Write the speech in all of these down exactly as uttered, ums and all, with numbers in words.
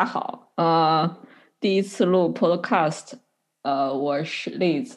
家好，呃，第一次录 podcast，呃，我是 Liz。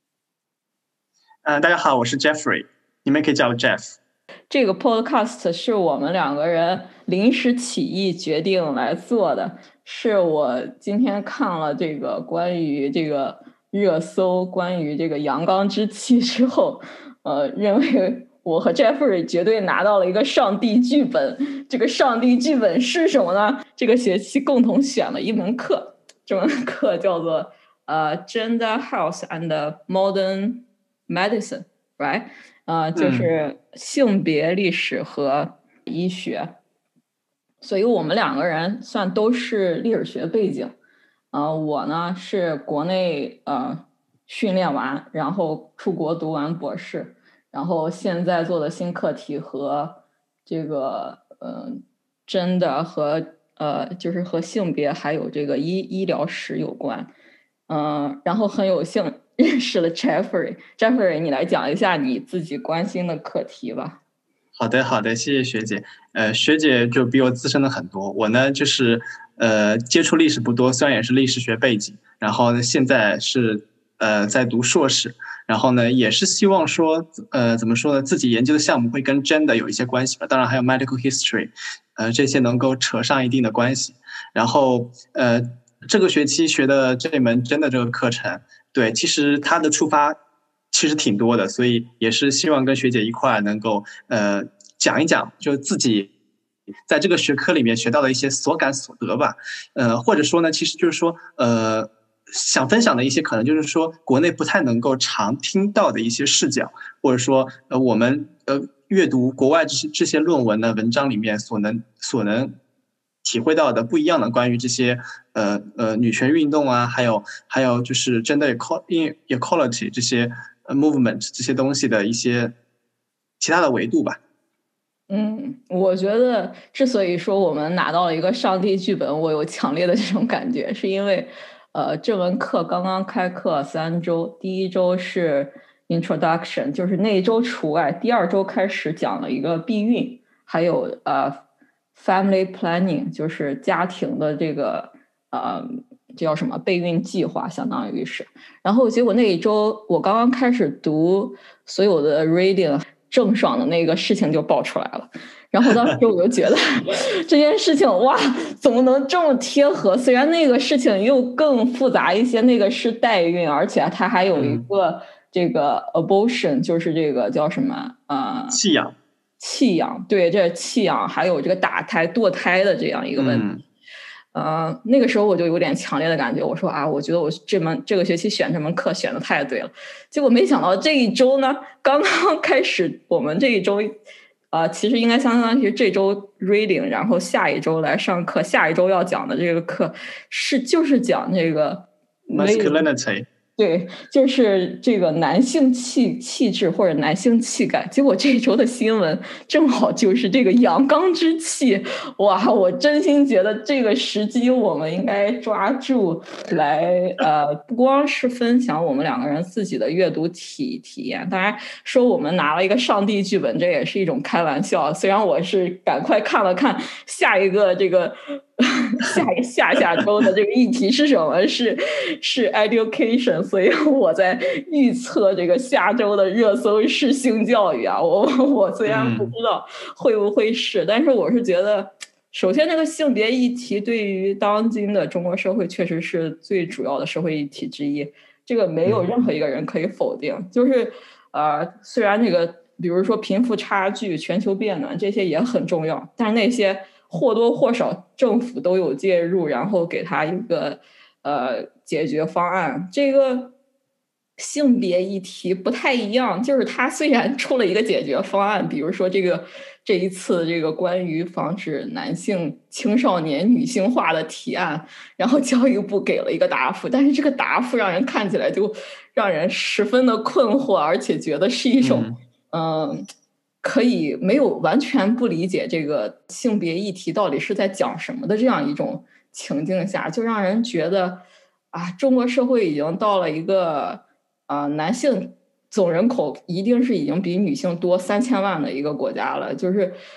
呃，大家好，我是 Jeffrey， 你们可以叫我 Jeff。 这个 podcast 是我们两个人临时起意决定来做的，是我今天看了这个关于这个热搜，关于这个阳刚之气之后，呃，认为我和 Jeffrey 绝对拿到了一个上帝剧本。这个上帝剧本是什么呢？这个学期共同选了一门课，这门课叫做呃 Gender Health and Modern Medicine，right？呃，就是性别历史和医学，嗯、所以我们两个人算都是历史学背景。呃，我呢是国内呃训练完，然后出国读完博士，然后现在做的新课题和这个呃真的和呃就是和性别还有这个医医疗史有关。嗯、呃，然后很有幸认识了 Jeffrey。Jeffrey， 你来讲一下你自己关心的课题吧。 好的，好的，谢谢学姐。呃，学姐就比我资深了很多，我呢就是呃接触历史不多，虽然也是历史学背景，然后呢现在是呃在读硕士，然后呢也是希望说呃怎么说呢，自己研究的项目会跟 gender 有一些关系吧，当然还有 medical history， 呃这些能够扯上一定的关系。然后呃这个学期学的这门 gender 这个课程，对，其实它的出发其实挺多的，所以也是希望跟学姐一块能够呃讲一讲，就自己在这个学科里面学到的一些所感所得吧。呃，或者说呢，其实就是说呃想分享的一些可能就是说国内不太能够常听到的一些视角，或者说呃我们呃阅读国外这些这些论文的文章里面所能所能体会到的不一样的关于这些呃呃女权运动啊，还有还有就是 gender equality 这些 movement 这些东西的一些其他的维度吧。 嗯，我觉得之所以说我们拿到了一个上帝剧本，我有强烈的这种感觉，是因为呃这门课刚刚开课三周，第一周是 introduction，就是那一周除外，第二周开始讲了一个避孕，还有呃 family planning，就是家庭的这个呃这叫什么备孕计划，相当于是。然后结果那一周我刚刚开始读所有的 reading。郑爽的那个事情就爆出来了，然后当时我就觉得这件事情哇，怎么能这么贴合？虽然那个事情又更复杂一些，那个是代孕，而且它还有一个这个 abortion，、嗯、就是这个叫什么呃弃养， 弃养，对，这弃养还有这个打胎堕胎的这样一个问题。嗯呃，那个时候我就有点强烈的感觉，我说啊，我觉得我这门这个学期选这门课选的太对了。结果没想到这一周呢，刚刚开始，我们这一周，呃，其实应该相当于这周 reading， 然后下一周来上课，下一周要讲的这个课是就是讲这个 masculinity。 对，就是这个男性气气质或者男性气概。结果这一周的新闻正好就是这个阳刚之气，哇！我真心觉得这个时机我们应该抓住来，呃，不光是分享我们两个人自己的阅读体体验，当然说我们拿了一个上帝剧本，这也是一种开玩笑。虽然我是赶快看了看下一个这个。下下下周的这个议题是什么？是是 education， 所以我在预测这个下周的热搜是性教育啊。我我虽然不知道会不会是，嗯、但是我是觉得，首先这个性别议题对于当今的中国社会确实是最主要的社会议题之一，这个没有任何一个人可以否定。就是呃，虽然这个比如说贫富差距、全球变暖这些也很重要，但是那些。或多或少政府都有介入，然后给他一个呃解决方案。这个性别议题不太一样，就是他虽然出了一个解决方案，比如说这个这一次这个关于防止男性青少年女性化的提案，然后教育部给了一个答复，但是这个答复让人看起来就让人十分的困惑，而且觉得是一种嗯。呃可以没有完全不理解这个性别议题到底是在讲什么的这样一种情境下，就让人觉得啊，中国社会已经到了一个啊、呃、男性总人口一定是已经比女性多三千万的一个国家了，就是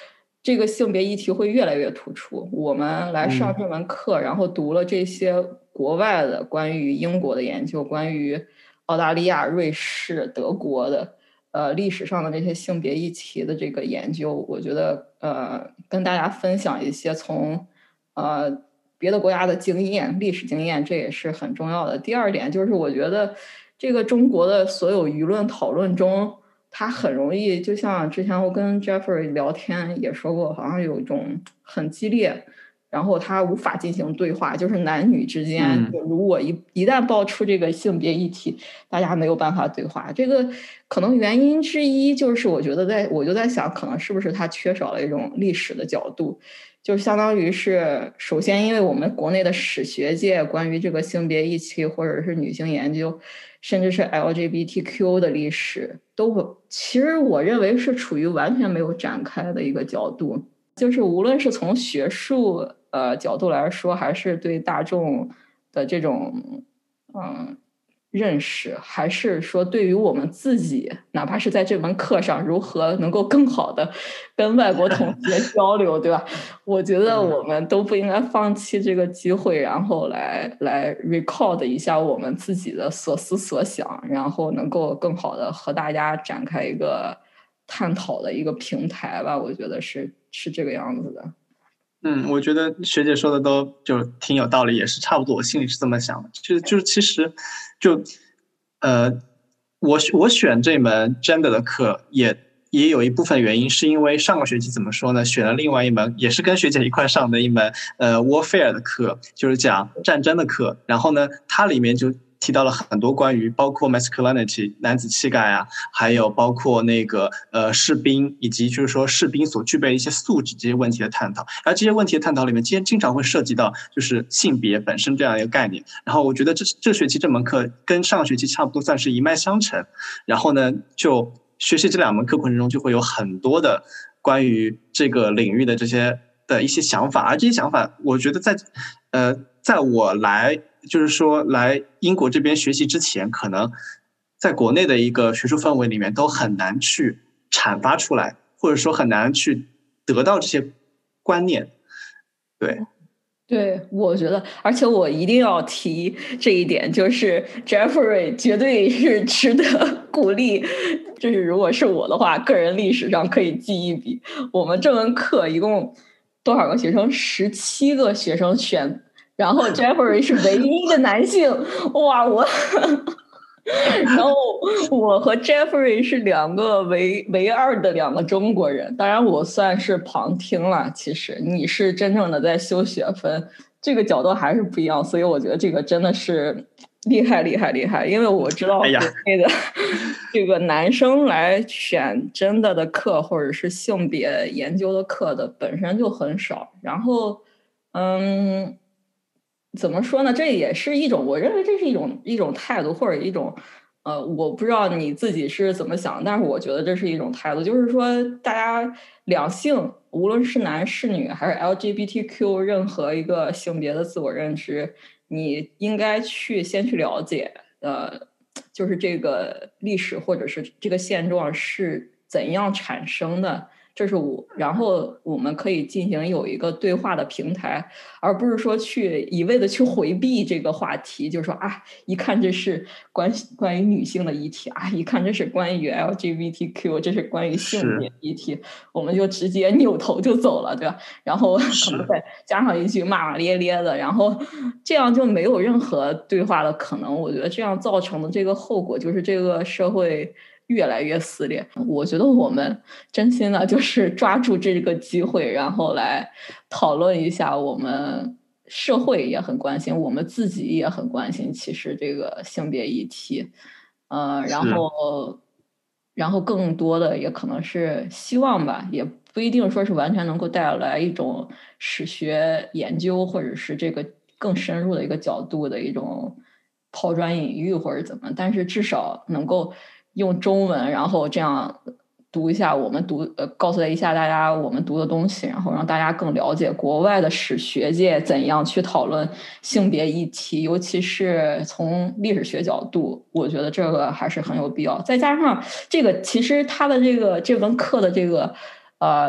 这个性别议题会越来越突出。我们来上这门课，嗯、然后读了这些国外的关于英国的研究，关于澳大利亚、瑞士、德国的呃历史上的这些性别议题的这个研究，我觉得呃跟大家分享一些从呃别的国家的经验、历史经验，这也是很重要的。第二点就是，我觉得这个中国的所有舆论讨论中，它很容易，就像之前我跟 Jeffrey 聊天也说过，好像有一种很激烈，然后它无法进行对话，就是男女之间， 嗯、 如果一一旦爆出这个性别议题，大家没有办法对话。这个可能原因之一就是，我觉得在我就在想，可能是不是它缺少了一种历史的角度。就是相当于是，首先，因为我们国内的史学界关于这个性别议题或者是女性研究，甚至是 L G B T Q 的历史，都其实我认为是处于完全没有展开的一个角度。就是无论是从学术呃角度来说，还是对大众的这种嗯认识，还是说对于我们自己，哪怕是在这门课上如何能够更好的跟外国同学交流，对吧？我觉得我们都不应该放弃这个机会，然后来来 record 一下我们自己的所思所想，然后能够更好的和大家展开一个探讨的一个平台吧。我觉得是是这个样子的。 嗯，我觉得学姐说的都就挺有道理，也是差不多，我心里是这么想的。就就是其实就呃，我我选这门 gender 的课也也有一部分原因是因为上个学期怎么说呢，选了另外一门也是跟学姐一块上的一门呃 warfare 的课，就是讲战争的课。然后呢，它里面就提到了很多关于包括 masculinity 男子气概啊，还有包括那个呃士兵以及就是说士兵所具备的一些素质这些问题的探讨。而这些问题的探讨里面，今天经常会涉及到就是性别本身这样一个概念。然后我觉得这这学期这门课跟上学期差不多，算是一脉相承。然后呢，就学习这两门课过程中，就会有很多的关于这个领域的这些的一些想法，而这些想法，我觉得在呃，在我来就是说来英国这边学习之前，可能在国内的一个学术氛围里面都很难去阐发出来，或者说很难去得到这些观念。对。 对，我觉得，而且我一定要提这一点，就是 Jeffrey 绝对是值得鼓励。就是如果是我的话，个人历史上可以记一笔。我们这门课一共多少个学生？十七个学生选，然后 Jeffrey 是唯一的男性。哇，我。然后我和 Jeffrey 是两个唯唯二的两个中国人，当然我算是旁听了。其实你是真正的在修学分，这个角度还是不一样，所以我觉得这个真的是厉害厉害厉害。因为我知道国内的这个男生来选真的的课或者是性别研究的课的本身就很少，然后嗯。怎么说呢？这也是一种，我认为这是一种一种态度，或者一种，呃，我不知道你自己是怎么想，但是我觉得这是一种态度，就是说，大家两性，无论是男是女，还是 L G B T Q 任何一个性别的自我认知，你应该去先去了解，呃，就是这个历史或者是这个现状是怎样产生的。这是我，然后我们可以进行有一个对话的平台，而不是说去一味的去回避这个话题，就是说啊，一看这是关关于女性的议题啊，一看这是关于 L G B T Q， 这是关于性别议题，我们就直接扭头就走了，对吧？然后可能再加上一句骂骂咧咧的，然后这样就没有任何对话的可能。我觉得这样造成的这个后果就是这个社会越来越撕裂。我觉得我们真心的就是抓住这个机会，然后来讨论一下，我们社会也很关心，我们自己也很关心其实这个性别议题。呃，然后然后更多的也可能是希望吧，也不一定说是完全能够带来一种史学研究或者是这个更深入的一个角度的一种抛砖引玉或者怎么，但是至少能够用中文，然后这样读一下我们读呃，告诉一下大家我们读的东西，然后让大家更了解国外的史学界怎样去讨论性别议题，尤其是从历史学角度，我觉得这个还是很有必要。再加上这个，其实他的这个这门课的这个呃。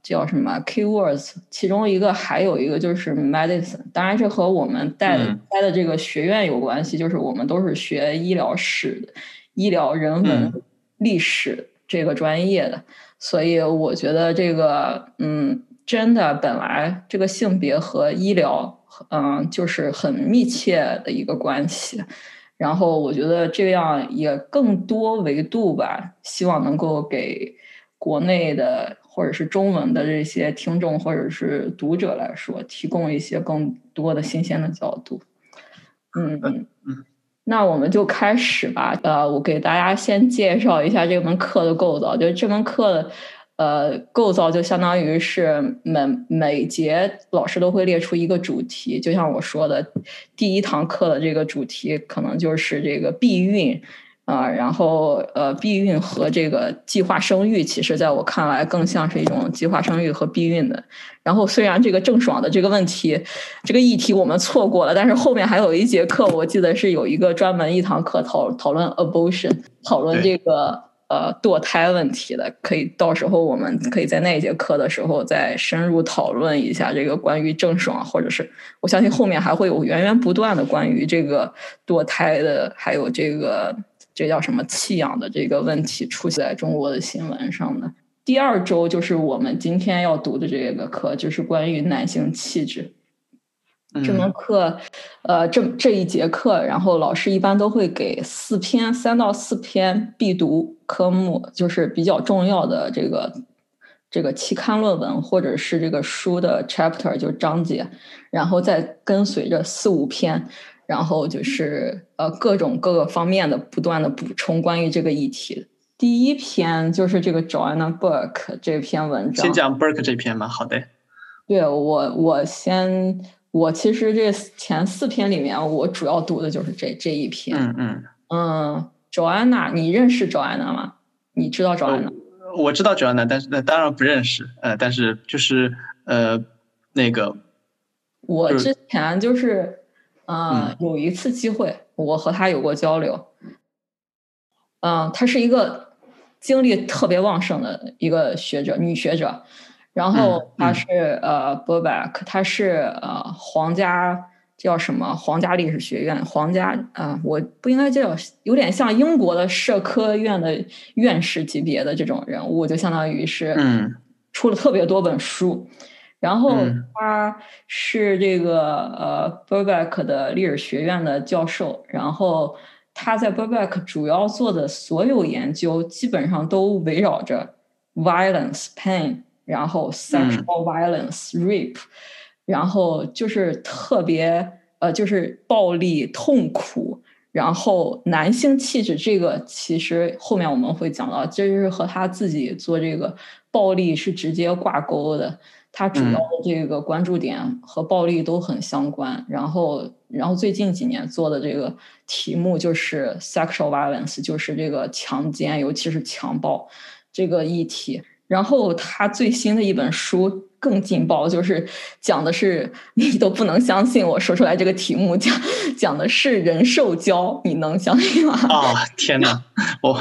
叫什么 keywords， 其中一个还有一个就是 medicine， 当然这和我们带的、嗯、带的这个学院有关系，就是我们都是学医疗史的，医疗人文、嗯、历史这个专业的，所以我觉得这个嗯，真的本来这个性别和医疗嗯就是很密切的一个关系，然后我觉得这样也更多维度吧，希望能够给国内的或者是中文的这些听众或者是读者来说，提供一些更多的新鲜的角度。嗯嗯嗯，那我们就开始吧。呃，我给大家先介绍一下这门课的构造。就是这门课的呃构造就相当于是每每节老师都会列出一个主题，就像我说的，第一堂课的这个主题可能就是这个避孕。啊、呃，然后呃，避孕和这个计划生育，其实在我看来更像是一种计划生育和避孕的。然后虽然这个郑爽的这个问题，这个议题我们错过了，但是后面还有一节课，我记得是有一个专门一堂课讨讨论 abortion， 讨论这个呃堕胎问题的，可以到时候我们可以在那一节课的时候再深入讨论一下这个关于郑爽，或者是我相信后面还会有源源不断的关于这个堕胎的，还有这个。这叫什么弃养的这个问题出现在中国的新闻上的。第二周就是我们今天要读的这个课，就是关于男性气质。嗯、这门课，呃，这这一节课，然后老师一般都会给四篇，三到四篇必读科目，就是比较重要的这个这个期刊论文或者是这个书的 chapter 就是章节，然后再跟随着四五篇。然后就是呃各种各个方面的不断的补充关于这个议题。第一篇就是这个 Joanna Bourke 这篇文章。 先讲 Bourke 这篇吗？好的。 对，我我先我其实这前四篇里面，我主要读的就是这这一篇。 嗯嗯嗯 Joanna， 你认识 Joanna 吗？你知道 Joanna？、呃、 我知道 Joanna， 但是那当然不认识。呃，但是就是呃那个， 我之前就是。呃、嗯，有一次机会，我和他有过交流。嗯、呃，她是一个精力特别旺盛的一个学者，女学者。然后她是、嗯嗯、呃 Birkbeck， 她是呃皇家叫什么皇家历史学院，皇家啊、呃，我不应该叫，有点像英国的社科院的院士级别的这种人物，就相当于是嗯出了特别多本书。然后他是这个呃 Birkbeck 的历史学院的教授，然后他在 Birkbeck 主要做的所有研究基本上都围绕着 violence, pain， 然后 sexual violence, rape， 然后就是特别呃就是暴力、痛苦，然后男性气质这个其实后面我们会讲到，这就是和他自己做这个暴力是直接挂钩的。他主要的这个关注点和暴力都很相关，嗯、然后，然后最近几年做的这个题目就是 sexual violence， 就是这个强奸，尤其是强暴这个议题。然后他最新的一本书更劲爆，就是讲的是你都不能相信我说出来这个题目，讲讲的是人兽交，你能相信吗？ 哦，天哪，我。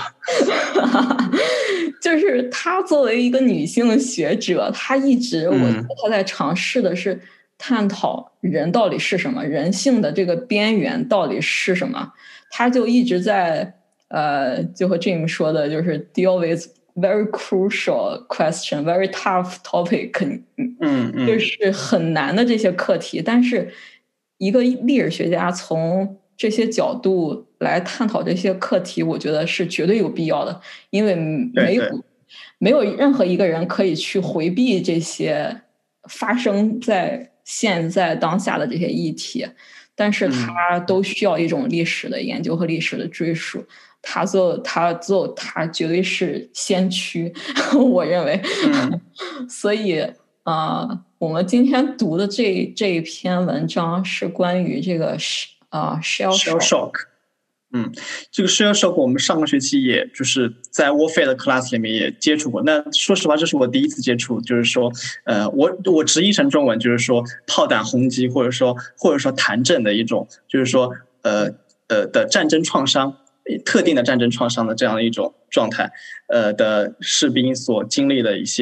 就是她作为一个女性学者，她一直我觉得她在尝试的是探讨人到底是什么，人性的这个边缘到底是什么。她就一直在呃，就和 Jim 说的，就是 deal with very crucial question, very tough topic， 嗯嗯， 就是很难的这些课题。但是一个历史学家从这些角度来探讨这些课题，我觉得是绝对有必要的，因为没有对对没有任何一个人可以去回避这些发生在现在当下的这些议题，但是他都需要一种历史的研究和历史的追溯。他做他做他绝对是先驱，我认为。 嗯、 所以啊、呃，我们今天读的这这一篇文章是关于这个啊、呃、shell shock。嗯，这个 shell shock 我们上个学期也就是在 Warfare 的 class 里面也接触过。那说实话，这是我第一次接触，就是说，呃，我我直译成中文就是说炮弹轰击，或者说或者说弹震的一种，就是说呃呃的战争创伤。特定的战争创伤的这样的一种状态，呃的士兵所经历的一些就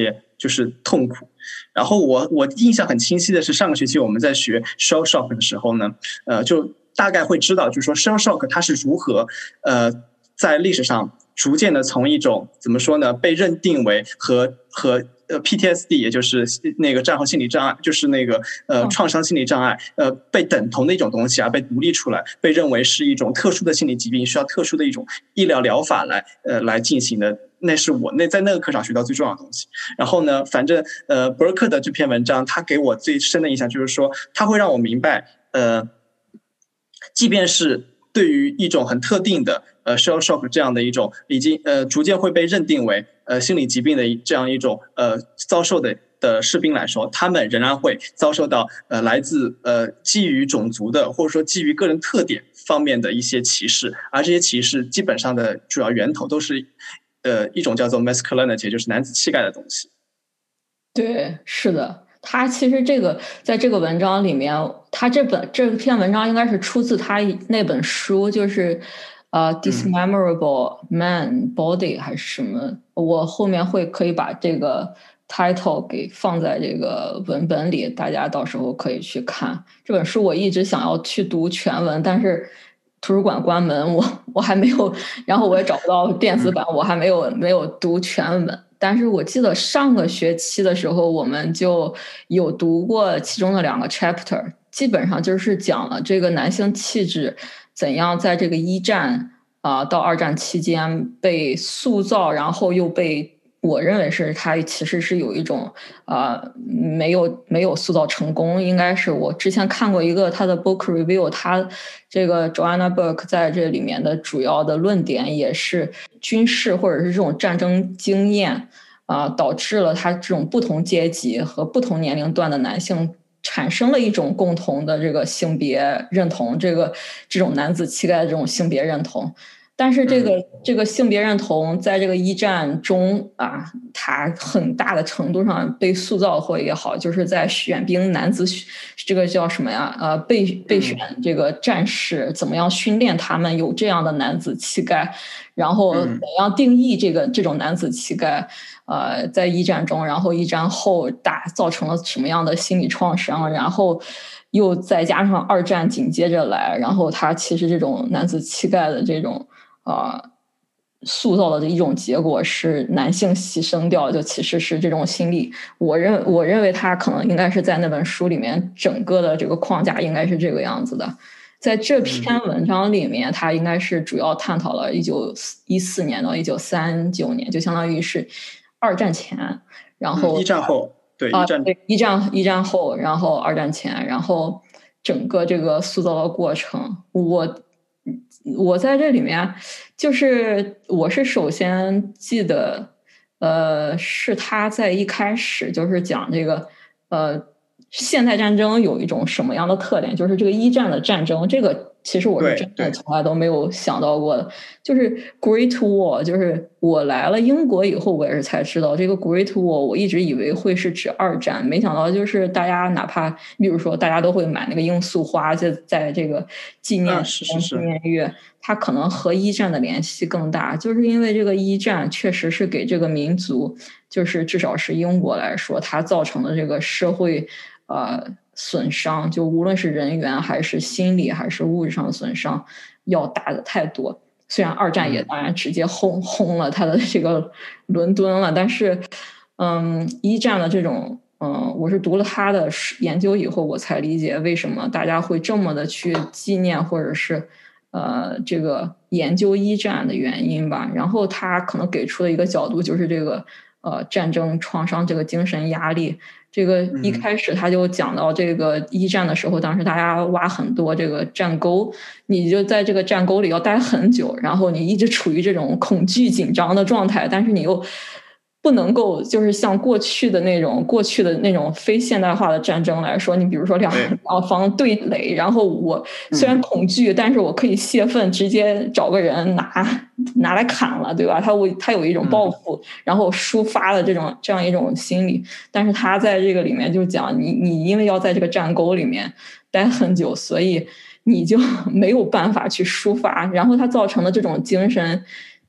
就是痛苦。然后我我印象很清晰的是，上个学期我们在学 shell shock 的时候呢，呃，就大概会知道，就是说 shell shock 它是如何呃在历史上逐渐的从一种怎么说呢，被认定为和和呃 P T S D， 也就是那个战后心理障碍，就是那个呃创伤心理障碍，呃被等同的一种东西啊，被独立出来，被认为是一种特殊的心理疾病，需要特殊的一种医疗疗法来呃来进行的。那是我那在那个课上学到最重要的东西。然后呢，反正呃伯克的这篇文章，他给我最深的印象就是说，他会让我明白，呃，即便是对于一种很特定的呃 shell shock 这样的一种已经呃逐渐会被认定为呃心理疾病的这样一种呃遭受的的士兵来说，他们仍然会遭受到呃来自呃基于种族的或者说基于个人特点方面的一些歧视，而这些歧视基本上的主要源头都是呃一种叫做 masculinity， 就是男子气概的东西。 对，是的。他其实这个在这个文章里面，他这本这篇文章应该是出自他那本书，就是呃《uh, Dismemberable Man Body》还是什么。我后面会可以把这个 title 给放在这个文本里，大家到时候可以去看这本书。我一直想要去读全文，但是图书馆关门，我我还没有，然后我也找不到电子版，我还没有没有读全文。但是我记得上个学期的时候，我们就有读过其中的两个 chapter， 基本上就是讲了这个男性气质怎样在这个一战啊、呃、到二战期间被塑造，然后又被。我认为是他其实是有一种呃没有没有塑造成功，应该是我之前看过一个他的 book review， 他这个 Joanna Book 在这里面的主要的论点也是军事或者是这种战争经验啊、呃，导致了他这种不同阶级和不同年龄段的男性产生了一种共同的这个性别认同，这个这种男子气概的这种性别认同。但是这个这个性别认同在这个一战中啊，它很大的程度上被塑造或也好，就是在选兵男子这个叫什么呀？呃，被被选这个战士怎么样训练他们有这样的男子气概，然后怎样定义这个这种男子气概？呃，在一战中，然后一战后大造成了什么样的心理创伤？然后又再加上二战紧接着来，然后他其实这种男子气概的这种。啊、呃，塑造的一种结果是男性牺牲掉，就其实是这种心理。我认我认为他可能应该是在那本书里面整个的这个框架应该是这个样子的。在这篇文章里面，他应该是主要探讨了一九一四年到一九三九年，就相当于是二战前，然后、 嗯、一战后，对一战、 啊、对一战一战后，然后二战前，然后整个这个塑造的过程，我。我在这里面，就是我是首先记得，呃，是他在一开始就是讲这个，呃，现代战争有一种什么样的特点，就是这个一战的战争，这个其实我是真的从来都没有想到过的，就是 Great War， 就是我来了英国以后，我也是才知道这个 Great War， 我一直以为会是指二战，没想到就是大家哪怕比如说大家都会买那个罂粟花，在在这个纪念、 啊、是是是纪念月，它可能和一战的联系更大，就是因为这个一战确实是给这个民族，就是至少是英国来说，它造成的这个社会呃损伤，就无论是人员还是心理还是物质上的损伤，要大的太多。虽然二战也当然直接轰轰了他的这个伦敦了，但是，嗯，一战的这种，嗯，我是读了他的研究以后，我才理解为什么大家会这么的去纪念或者是，呃，这个研究一战的原因吧。然后他可能给出的一个角度就是这个，呃，战争创伤这个精神压力。这个一开始他就讲到这个一战的时候，当时大家挖很多这个战沟，你就在这个战沟里要待很久，然后你一直处于这种恐惧紧张的状态，但是你又不能够就是像过去的那种过去的那种非现代化的战争来说，你比如说两两方对垒，然后我虽然恐惧，嗯、但是我可以泄愤，直接找个人拿拿来砍了，对吧？他我他有一种报复，嗯、然后抒发的这种这样一种心理，但是他在这个里面就讲你你因为要在这个战沟里面待很久，所以你就没有办法去抒发，然后它造成的这种精神。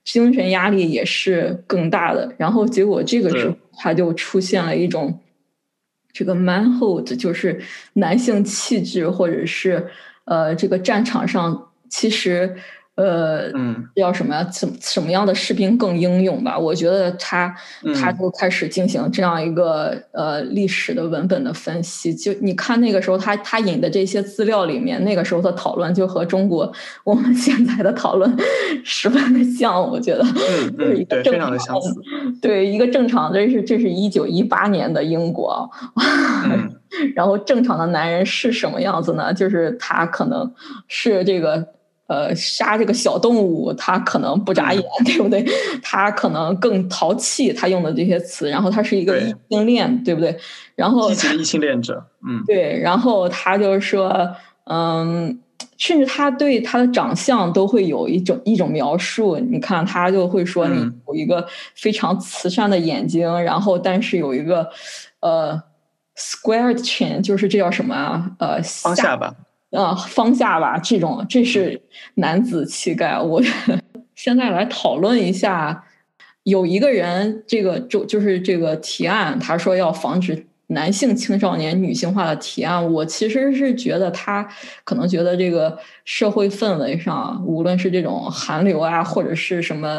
精神压力也是更大的。然后结果这个时候他就出现了一种这个 manhood， 就是男性气质，或者是呃这个战场上其实呃嗯叫什么呀？怎什么样的士兵更英勇吧？我觉得他他就开始进行这样一个呃历史的文本的分析。就你看那个时候他他引的这些资料里面，那个时候的讨论就和中国我们现在的讨论十分的像，我觉得。 嗯嗯，对，非常的相似。 对，一个正常，这是这是一九一八年的英国。 嗯然后正常的男人是什么样子呢？就是他可能是这个呃杀这个小动物，他可能不眨眼，嗯、对不对？他可能更淘气，他用的这些词。然后他是一个异性恋， 对, 对不对？然后积极的异性恋者，嗯， 对。然后他就说，嗯。甚至他对他的长相都会有一种一种描述，你看他就会说你有一个非常慈善的眼睛，嗯、然后但是有一个呃 squared chin， 就是这叫什么啊？呃， 方下巴， 啊、呃，方下巴这种，这是男子气概。我现在来讨论一下，有一个人这个就就是这个提案，他说要防止男性青少年女性化的提案，我其实是觉得他可能觉得这个社会氛围上，无论是这种韩流啊，或者是什么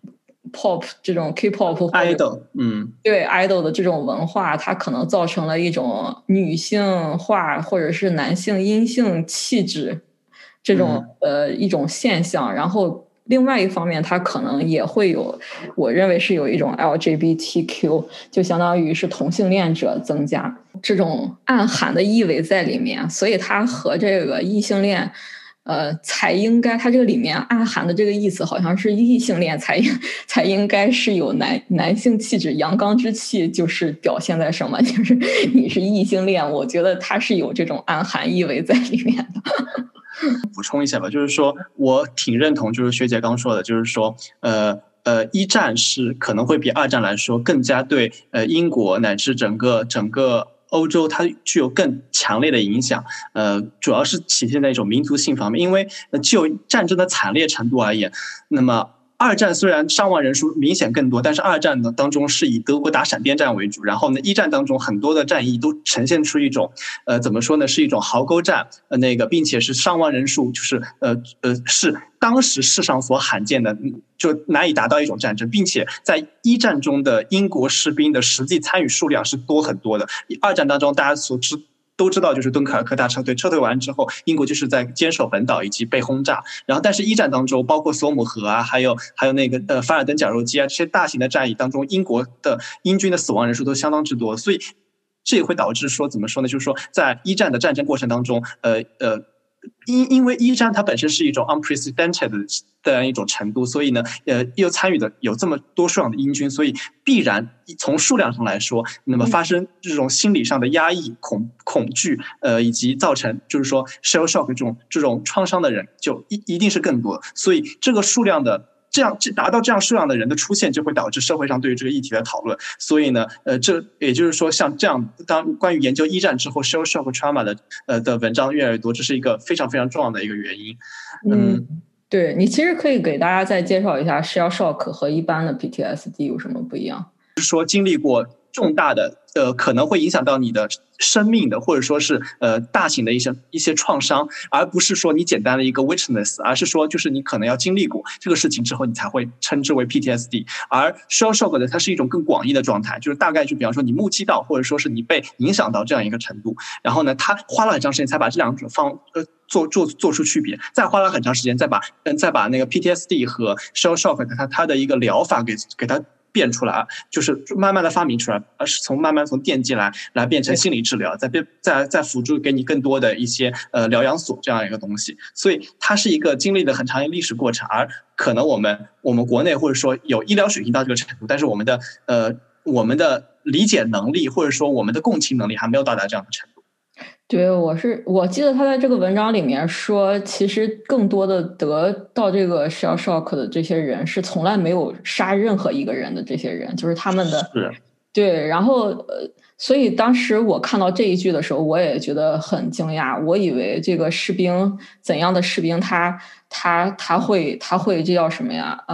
pop 这种 K-pop idol， 嗯， 对 idol 的这种文化，它可能造成了一种女性化或者是男性阴性气质这种、嗯、呃一种现象，然后。另外一方面，它可能也会有，我认为是有一种 L G B T Q， 就相当于是同性恋者增加这种暗含的意味在里面，所以它和这个异性恋，呃，才应该，它这个里面暗含的这个意思，好像是异性恋才才应该是有男男性气质、阳刚之气，就是表现在什么？就是你是异性恋，我觉得它是有这种暗含意味在里面的。 补充一下吧，就是说我挺认同，就是学姐刚说的，就是说，呃呃，一战是可能会比二战来说更加对呃英国乃至整个整个欧洲它具有更强烈的影响，呃，主要是体现在一种民族性方面，因为就战争的惨烈程度而言，那么。二战虽然伤亡人数明显更多，但是二战呢当中是以德国打闪电战为主，然后呢一战当中很多的战役都呈现出一种呃怎么说呢是一种壕沟战，呃那个并且是伤亡人数就是呃呃是当时世上所罕见的，就难以达到一种战争，并且在一战中的英国士兵的实际参与数量是多很多的。二战当中大家所知。都知道，就是敦刻尔克大撤退，撤退完之后，英国就是在坚守本岛以及被轰炸。然后，但是一战当中，包括索姆河啊，还有还有那个呃凡尔登绞肉机啊，这些大型的战役当中，英国的英军的死亡人数都相当之多，所以这也会导致说怎么说呢？就是说，在一战的战争过程当中，呃呃。因因为一战它本身是一种 unprecedented 的一种程度，所以呢，呃，又参与的有这么多数量的英军，所以必然从数量上来说，那么发生这种心理上的压抑、恐恐惧，呃，以及造成就是说 shell shock 这种这种创伤的人，就一一定是更多，所以这个数量的。这样达到这样数量的人的出现，就会导致社会上对于这个议题的讨论。所以呢，呃，这也就是说，像这样当关于研究一战之后 shell shock trauma 的呃的文章越来越多，这是一个非常非常重要的一个原因。 嗯，嗯对，你其实可以给大家再介绍一下 shell shock 和一般的 P T S D 有什么不一样？ 就是说经历过重大的呃可能会影响到你的生命的，或者说是呃大型的一些一些创伤，而不是说你简单的一个 witness， 而是说就是你可能要经历过这个事情之后，你才会称之为 P T S D。而 shell shock 的它是一种更广义的状态，就是大概就比方说你目击到，或者说是你被影响到这样一个程度，然后呢，他花了很长时间才把这两种方呃做做做出区别，再花了很长时间再把嗯再把那个 P T S D 和 shell shock 它它的一个疗法给给它。变出来，就是慢慢的发明出来，而是从慢慢从电击来来变成心理治疗，再变再再辅助给你更多的一些呃疗养所这样一个东西，所以它是一个经历了很长一个历史过程，而可能我们我们国内或者说有医疗水平到这个程度，但是我们的呃我们的理解能力或者说我们的共情能力还没有到达这样的程度。 对，我是我记得他在这个文章里面说，其实更多的得到这个 shell shock 的这些人是从来没有杀任何一个人的这些人，就是他们的对，然后呃，所以当时我看到这一句的时候，我也觉得很惊讶，我以为这个士兵怎样的士兵他他他会他会这叫什么呀？呃，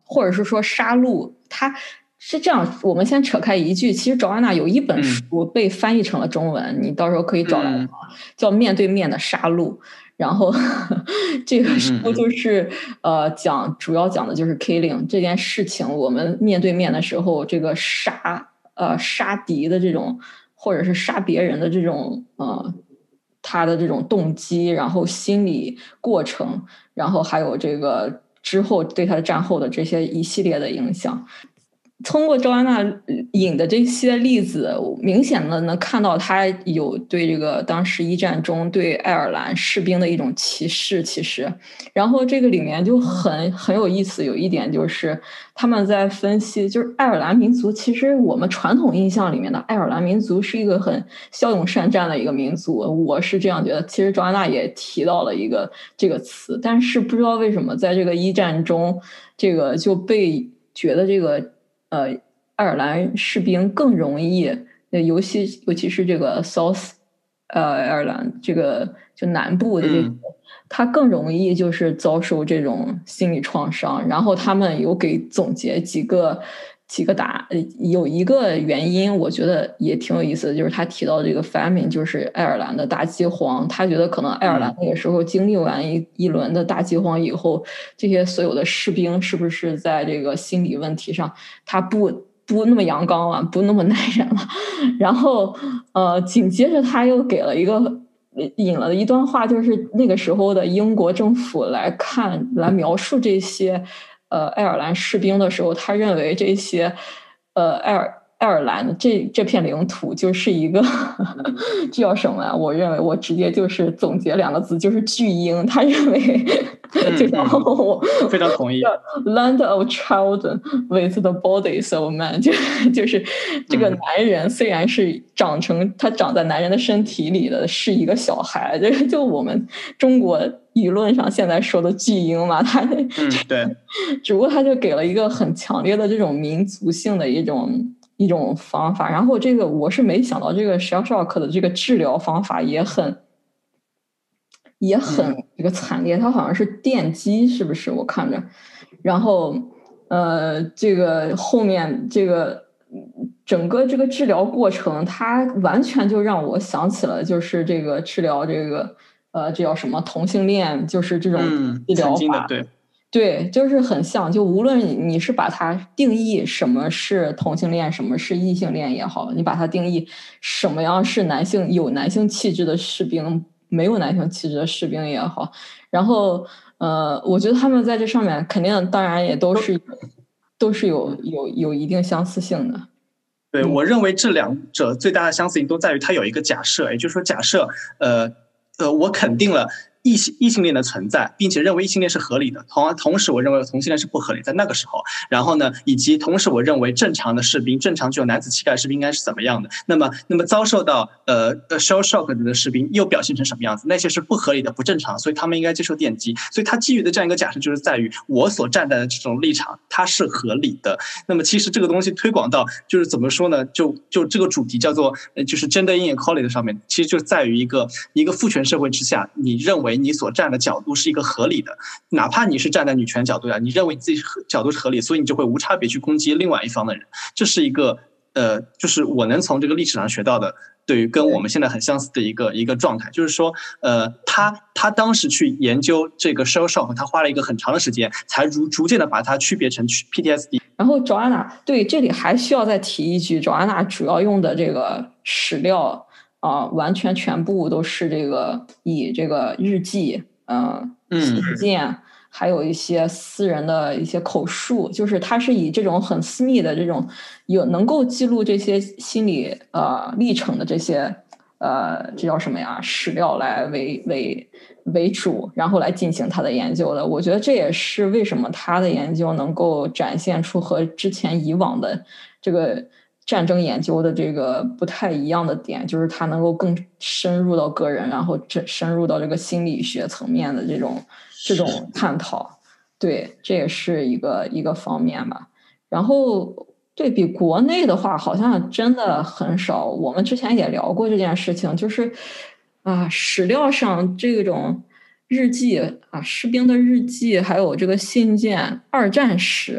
或者是说杀戮，它是这样。我们先扯开一句，其实赵安娜有一本书被翻译成了中文，嗯、你到时候可以找来、嗯、叫《面对面的杀戮》。然后这个书就是嗯嗯嗯呃讲主要讲的就是 killing 这件事情，我们面对面的时候，这个杀呃杀敌的这种，或者是杀别人的这种呃他的这种动机，然后心理过程，然后还有这个之后对他战后的这些一系列的影响。通过赵安娜引的这些例子，明显的能看到他有对这个当时一战中对爱尔兰士兵的一种歧视，其实，然后这个里面就很很有意思，有一点就是他们在分析，就是爱尔兰民族，其实我们传统印象里面的爱尔兰民族是一个很骁勇善战的一个民族，我是这样觉得。其实赵安娜也提到了一个这个词，但是不知道为什么在这个一战中，这个就被觉得这个。呃，爱尔兰士兵更容易，尤其尤其是这个 South 呃爱尔兰这个就南部的这个，他、嗯、更容易就是遭受这种心理创伤。然后他们有给总结几个几个答，有一个原因，我觉得也挺有意思的，就是他提到这个 famine， 就是爱尔兰的大饥荒。他觉得可能爱尔兰那个时候经历完一、嗯、一轮的大饥荒以后，这些所有的士兵是不是在这个心理问题上，他不不那么阳刚了，不那么耐人了。然后呃，紧接着他又给了一个引了一段话，就是那个时候的英国政府来看来描述这些。呃，爱尔兰士兵的时候，他认为这些，呃，爱尔爱尔兰这这片领土就是一个，这叫什么呀？我认为我直接就是总结两个字，就是巨婴。他认为，就然后我非常同意 ，Land of children with the bodies of men， 就就是这个男人虽然是长成他长在男人的身体里的是一个小孩，就就我们中国。舆论上现在说的巨婴嘛，他嗯对， 只不过他就给了一个很强烈的这种民族性的一种一种方法。然后这个我是没想到，这个 shell shock 的这个治疗方法也很也很这个惨烈，它好像是电击，是不是？我看着，然后呃，这个后面这个整个这个治疗过程，它完全就让我想起了就是这个治疗这个。呃，这叫什么同性恋？就是这种治疗法， 嗯、对对，就是很像。就无论你是把它定义什么是同性恋，什么是异性恋也好，你把它定义什么样是男性有男性气质的士兵，没有男性气质的士兵也好，然后呃，我觉得他们在这上面肯定，当然也都是都是有有有一定相似性的。 对、嗯、我认为这两者最大的相似性都在于它有一个假设，也就是说，假设呃。呃，我肯定了异性异性恋的存在，并且认为异性恋是合理的。同同时，我认为同性恋是不合理，在那个时候。然后呢，以及同时，我认为正常的士兵，正常具有男子气概的士兵应该是怎么样的？那么，那么遭受到呃 shell shock 的士兵又表现成什么样子？那些是不合理的、不正常，所以他们应该接受电击。所以他基于的这样一个假设，就是在于我所站在的这种立场，它是合理的。那么，其实这个东西推广到就是怎么说呢？就就这个主题叫做就是 gender inequality 上面，其实就在于一个一个父权社会之下，你认为你所站的角度是一个合理的，哪怕你是站在女权角度啊，你认为你自己角度是合理，所以你就会无差别去攻击另外一方的人。这是一个呃，就是我能从这个历史上学到的，对于跟我们现在很相似的一个一个状态，就是说，呃，他他当时去研究这个 shell shock， 他花了一个很长的时间，才逐逐渐的把它区别成 P T S D。 然后赵安娜对这里还需要再提一句，赵安娜主要用的这个史料。啊、呃，完全全部都是这个以这个日记、呃、信件，还有一些私人的一些口述，就是它是以这种很私密的这种有能够记录这些心理呃历程的这些呃这叫什么呀史料来为为为主，然后来进行他的研究的。我觉得这也是为什么他的研究能够展现出和之前以往的这个。战争研究的这个不太一样的点，就是它能够更深入到个人，然后深入到这个心理学层面的这种这种探讨。对，这也是一个一个方面吧。然后对比国内的话，好像真的很少。我们之前也聊过这件事情，就是啊，史料上这种日记啊，士兵的日记，还有这个信件，二战史。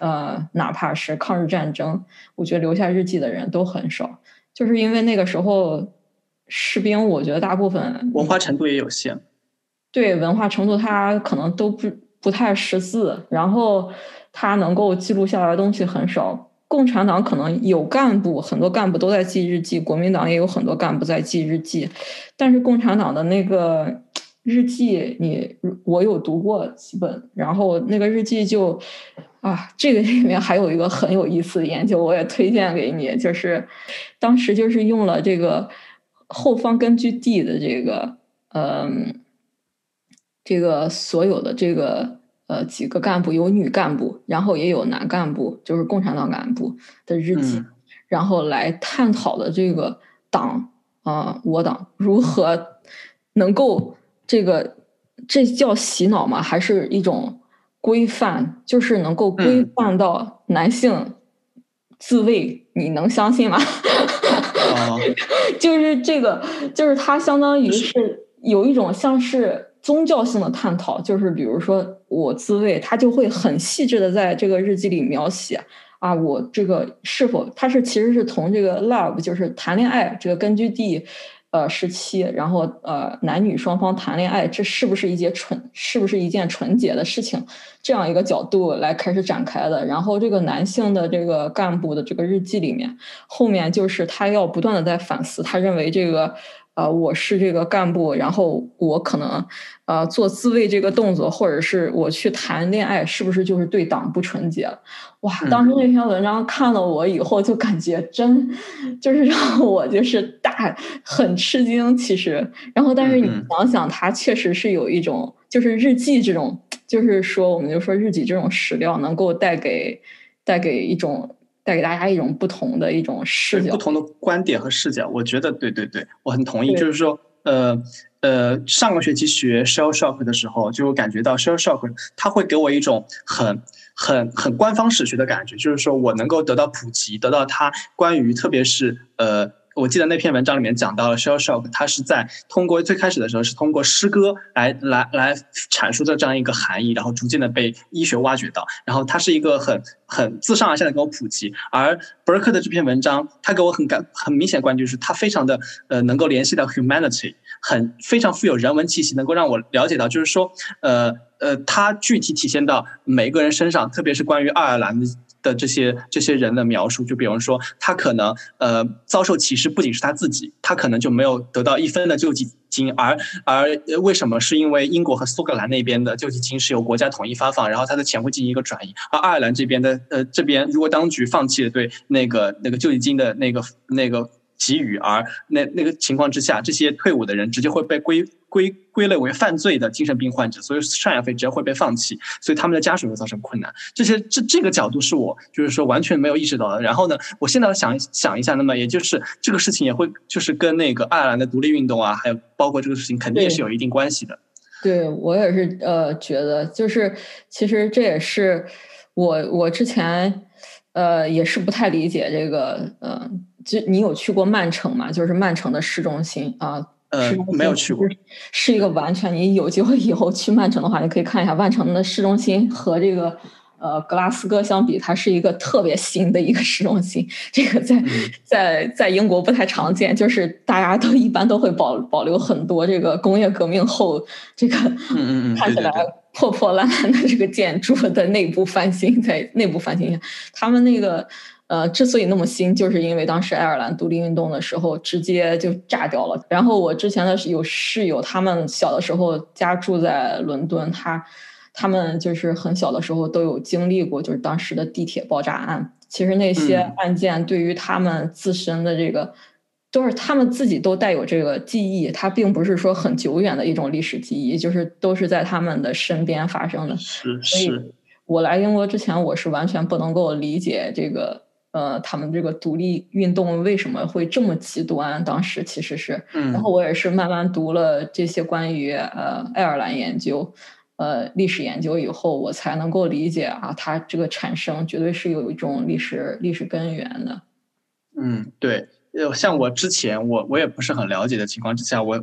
呃，哪怕是抗日战争，我觉得留下日记的人都很少，就是因为那个时候士兵，我觉得大部分文化程度也有限， 对文化程度他可能都不不太识字，然后他能够记录下来的东西很少。共产党可能有干部，很多干部都在记日记，国民党也有很多干部在记日记，但是共产党的那个日记你我有读过几本，然后那个日记就啊，这个里面还有一个很有意思的研究，我也推荐给你，就是当时就是用了这个后方根据地的这个嗯，这个所有的这个呃几个干部，有女干部，然后也有男干部，就是共产党干部的日记， 嗯、 然后来探讨的这个党啊、呃，我党如何能够这个这叫洗脑吗？还是一种规范？就是能够规范到男性自卫，嗯、你能相信吗？ 哦， 就是这个，就是它相当于是有一种像是宗教性的探讨，就是比如说我自卫，他就会很细致的在这个日记里描写啊，我这个是否他是其实是从这个 love 就是谈恋爱这个根据地呃时期，然后呃男女双方谈恋爱，这是不是一件纯是不是一件纯洁的事情，这样一个角度来开始展开的。然后这个男性的这个干部的这个日记里面，后面就是他要不断的在反思，他认为这个呃我是这个干部，然后我可能呃做自卫这个动作，或者是我去谈恋爱，是不是就是对党不纯洁了？哇，当时那篇文章看了我以后，就感觉真就是让我就是大很吃惊。其实，然后但是你想想，它确实是有一种就是日记这种，就是说我们就说日记这种史料能够带给带给一种。带给大家一种不同的一种视角， 不同的观点和视角。我觉得对对对，我很同意。就是说，呃呃，上个学期学 Shell Shock 的时候，就感觉到 Shell Shock 它会给我一种很很很官方史学的感觉，就是说我能够得到普及，得到它关于特别是呃。我记得那篇文章里面讲到了 Shell Shock， 它是在通过最开始的时候是通过诗歌来来来阐述的这样一个含义，然后逐渐的被医学挖掘到，然后它是一个很很自上而下的给我普及。而伯克的这篇文章，它给我很感很明显的观点就是它非常的呃能够联系到 humanity， 很非常富有人文气息，能够让我了解到就是说呃呃它具体体现到每一个人身上，特别是关于爱尔兰的。的这些这些人的描述，就比如说他可能呃遭受歧视，不仅是他自己，他可能就没有得到一分的救济金，而而为什么？是因为英国和苏格兰那边的救济金是由国家统一发放，然后他的钱会进行一个转移，而爱尔兰这边的呃这边如果当局放弃了对那个那个救济金的那个那个给予，而那那个情况之下，这些退伍的人直接会被归。归归类为犯罪的精神病患者，所以赡养费直接会被放弃，所以他们的家属会造成困难。这些这这个角度是我就是说完全没有意识到的。然后呢，我现在想想一下，那么也就是这个事情也会就是跟那个爱尔兰的独立运动啊，还有包括这个事情肯定也是有一定关系的。 对，对我也是呃觉得，就是其实这也是我我之前呃也是不太理解这个呃，就你有去过曼城吗？就是曼城的市中心啊。 呃，没有去过， 是一个完全。你有机会以后去曼城的话，你可以看一下曼城的市中心和这个呃格拉斯哥相比，它是一个特别新的一个市中心。这个在、嗯、在在英国不太常见，就是大家都一般都会保保留很多这个工业革命后这个嗯嗯看起来破破烂烂的这个建筑的内部翻新，在内部翻新一下，他们那个。呃，之所以那么新，就是因为当时爱尔兰独立运动的时候直接就炸掉了。然后我之前的有室友，他们小的时候家住在伦敦，他他们就是很小的时候都有经历过，就是当时的地铁爆炸案。其实那些案件对于他们自身的这个，嗯、都是他们自己都带有这个记忆，它并不是说很久远的一种历史记忆，就是都是在他们的身边发生的。 是是。 我来英国之前，我是完全不能够理解这个。呃，他们这个独立运动为什么会这么极端？当时其实是， 嗯， 然后我也是慢慢读了这些关于呃爱尔兰研究、呃历史研究以后，我才能够理解啊，它这个产生绝对是有一种历史历史根源的。 嗯，对，像我之前我我也不是很了解的情况之下，我我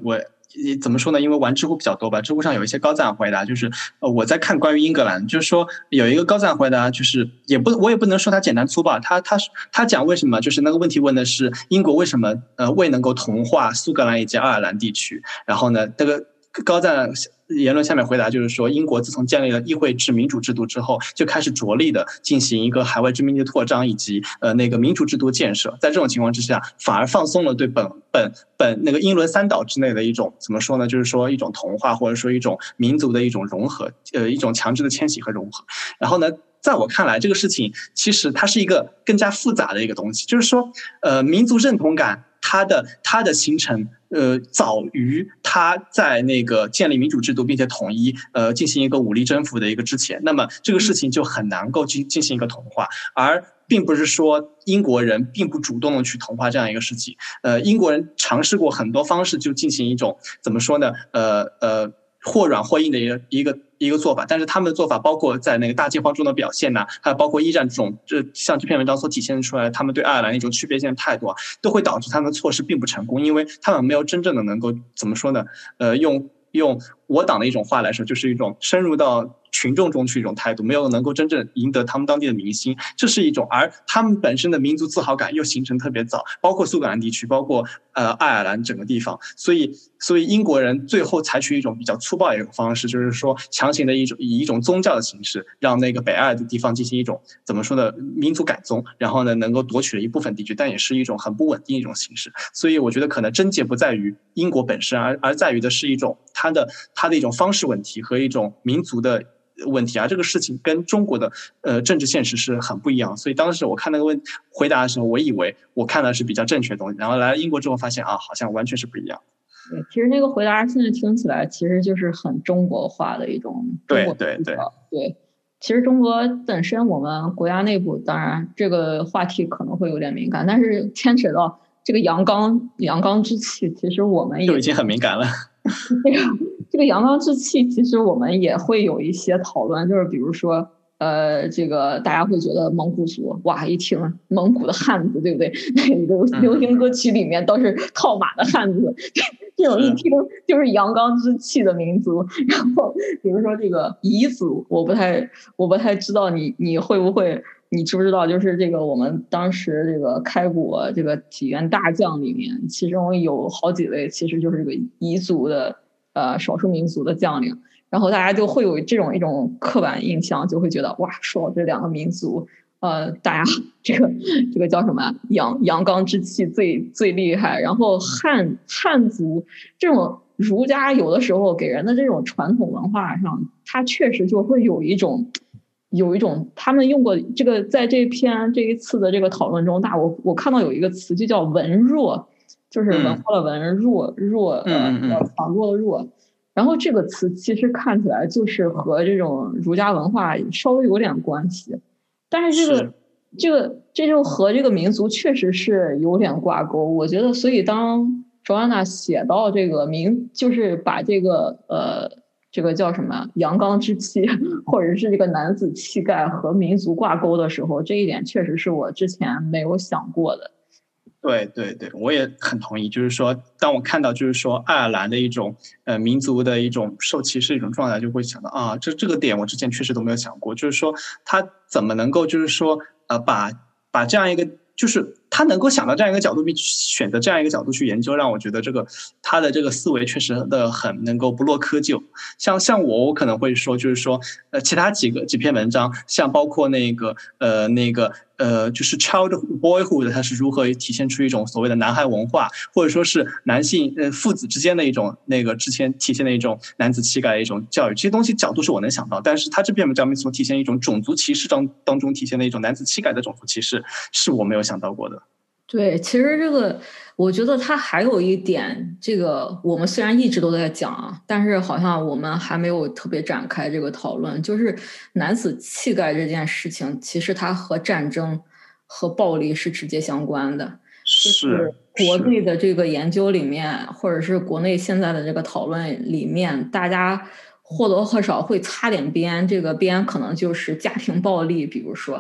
怎么说呢？因为玩知乎比较多吧，知乎上有一些高赞回答，就是呃我在看关于英格兰，就是说有一个高赞回答，就是也不我也不能说他简单粗暴，他他他讲为什么，就是那个问题问的是英国为什么呃未能够同化苏格兰以及爱尔兰地区，然后呢，这个高赞言论下面回答就是说，英国自从建立了议会制民主制度之后，就开始着力的进行一个海外殖民地拓张以及呃那个民主制度建设。在这种情况之下，反而放松了对本本本那个英伦三岛之内的一种怎么说呢？就是说一种同化或者说一种民族的一种融合，呃一种强制的迁徙和融合。然后呢，在我看来，这个事情其实它是一个更加复杂的一个东西，就是说，呃，民族认同感它的它的形成。呃，早于他在那个建立民主制度并且统一，呃，进行一个武力征服的一个之前，那么这个事情就很难够进进行一个同化，而并不是说英国人并不主动的去同化这样一个事情。呃，英国人尝试过很多方式，就进行一种怎么说呢？呃呃。或软或硬的一个一个一个做法，但是他们的做法包括在那个大饥荒中的表现呐、啊，还有包括一战这种，这像这篇文章所体现出来，他们对爱尔兰一种区别性的态度啊，都会导致他们的措施并不成功，因为他们没有真正的能够怎么说呢？呃，用用我党的一种话来说，就是一种深入到群众中去一种态度，没有能够真正赢得他们当地的民心，这是一种，而他们本身的民族自豪感又形成特别早，包括苏格兰地区，包括呃爱尔兰整个地方，所以所以英国人最后采取一种比较粗暴的一种方式，就是说强行的一种以一种宗教的形式，让那个北爱尔的地方进行一种怎么说呢民族改宗，然后呢能够夺取了一部分地区，但也是一种很不稳定一种形式。所以我觉得可能症结不在于英国本身，而而在于的是一种它的它的一种方式问题和一种民族的问题啊，这个事情跟中国的呃政治现实是很不一样，所以当时我看那个问回答的时候，我以为我看的是比较正确的东西，然后来英国之后发现啊，好像完全是不一样。 对，其实那个回答现在听起来其实就是很中国化的一种中国对对对对。其实中国本身我们国家内部，当然这个话题可能会有点敏感，但是牵扯到这个阳刚阳刚之气，其实我们也就已经很敏感了。 这个这个阳刚之气，其实我们也会有一些讨论，就是比如说，呃，这个大家会觉得蒙古族，哇，一听蒙古的汉子，对不对？流流行歌曲里面都是套马的汉子，这种一听就是阳刚之气的民族。然后比如说这个彝族，我不太我不太知道你你会不会。你知不知道，就是这个我们当时这个开国这个几员大将里面，其中有好几位其实就是这个彝族的呃少数民族的将领，然后大家就会有这种一种刻板印象，就会觉得哇，说到这两个民族，呃，大家这个这个叫什么阳阳刚之气最最厉害，然后汉汉族这种儒家有的时候给人的这种传统文化上，它确实就会有一种。有一种他们用过这个，在这篇这一次的这个讨论中，大我我看到有一个词就叫文弱，就是文化的文弱弱呃强弱的弱，然后这个词其实看起来就是和这种儒家文化稍微有点关系，但是这个这个这就和这个民族确实是有点挂钩。我觉得，所以当卓安娜写到这个民，就是把这个呃。这个叫什么阳刚之气，或者是这个男子气概和民族挂钩的时候，这一点确实是我之前没有想过的。 对对对，我也很同意。就是说，当我看到就是说爱尔兰的一种呃民族的一种受歧视一种状态，就会想到啊，这这个点我之前确实都没有想过。就是说，他怎么能够就是说呃把把这样一个。就是他能够想到这样一个角度，并选择这样一个角度去研究，让我觉得这个他的这个思维确实的很能够不落窠臼。像像我，我可能会说，就是说，呃，其他几个几篇文章，像包括那个呃那个呃，就是 child boyhood， 它是如何体现出一种所谓的男孩文化，或者说是男性呃父子之间的一种那个之前体现的一种男子气概的一种教育，这些东西角度是我能想到，但是他这篇文章所体现一种种族歧视当当中体现的一种男子气概的种族歧视，是我没有想到过的。 对，其实这个我觉得它还有一点，这个我们虽然一直都在讲啊，但是好像我们还没有特别展开这个讨论，就是男子气概这件事情，其实它和战争和暴力是直接相关的。 是国内的这个研究里面，或者是国内现在的这个讨论里面，大家或多或少会擦点边，这个边可能就是家庭暴力，比如说。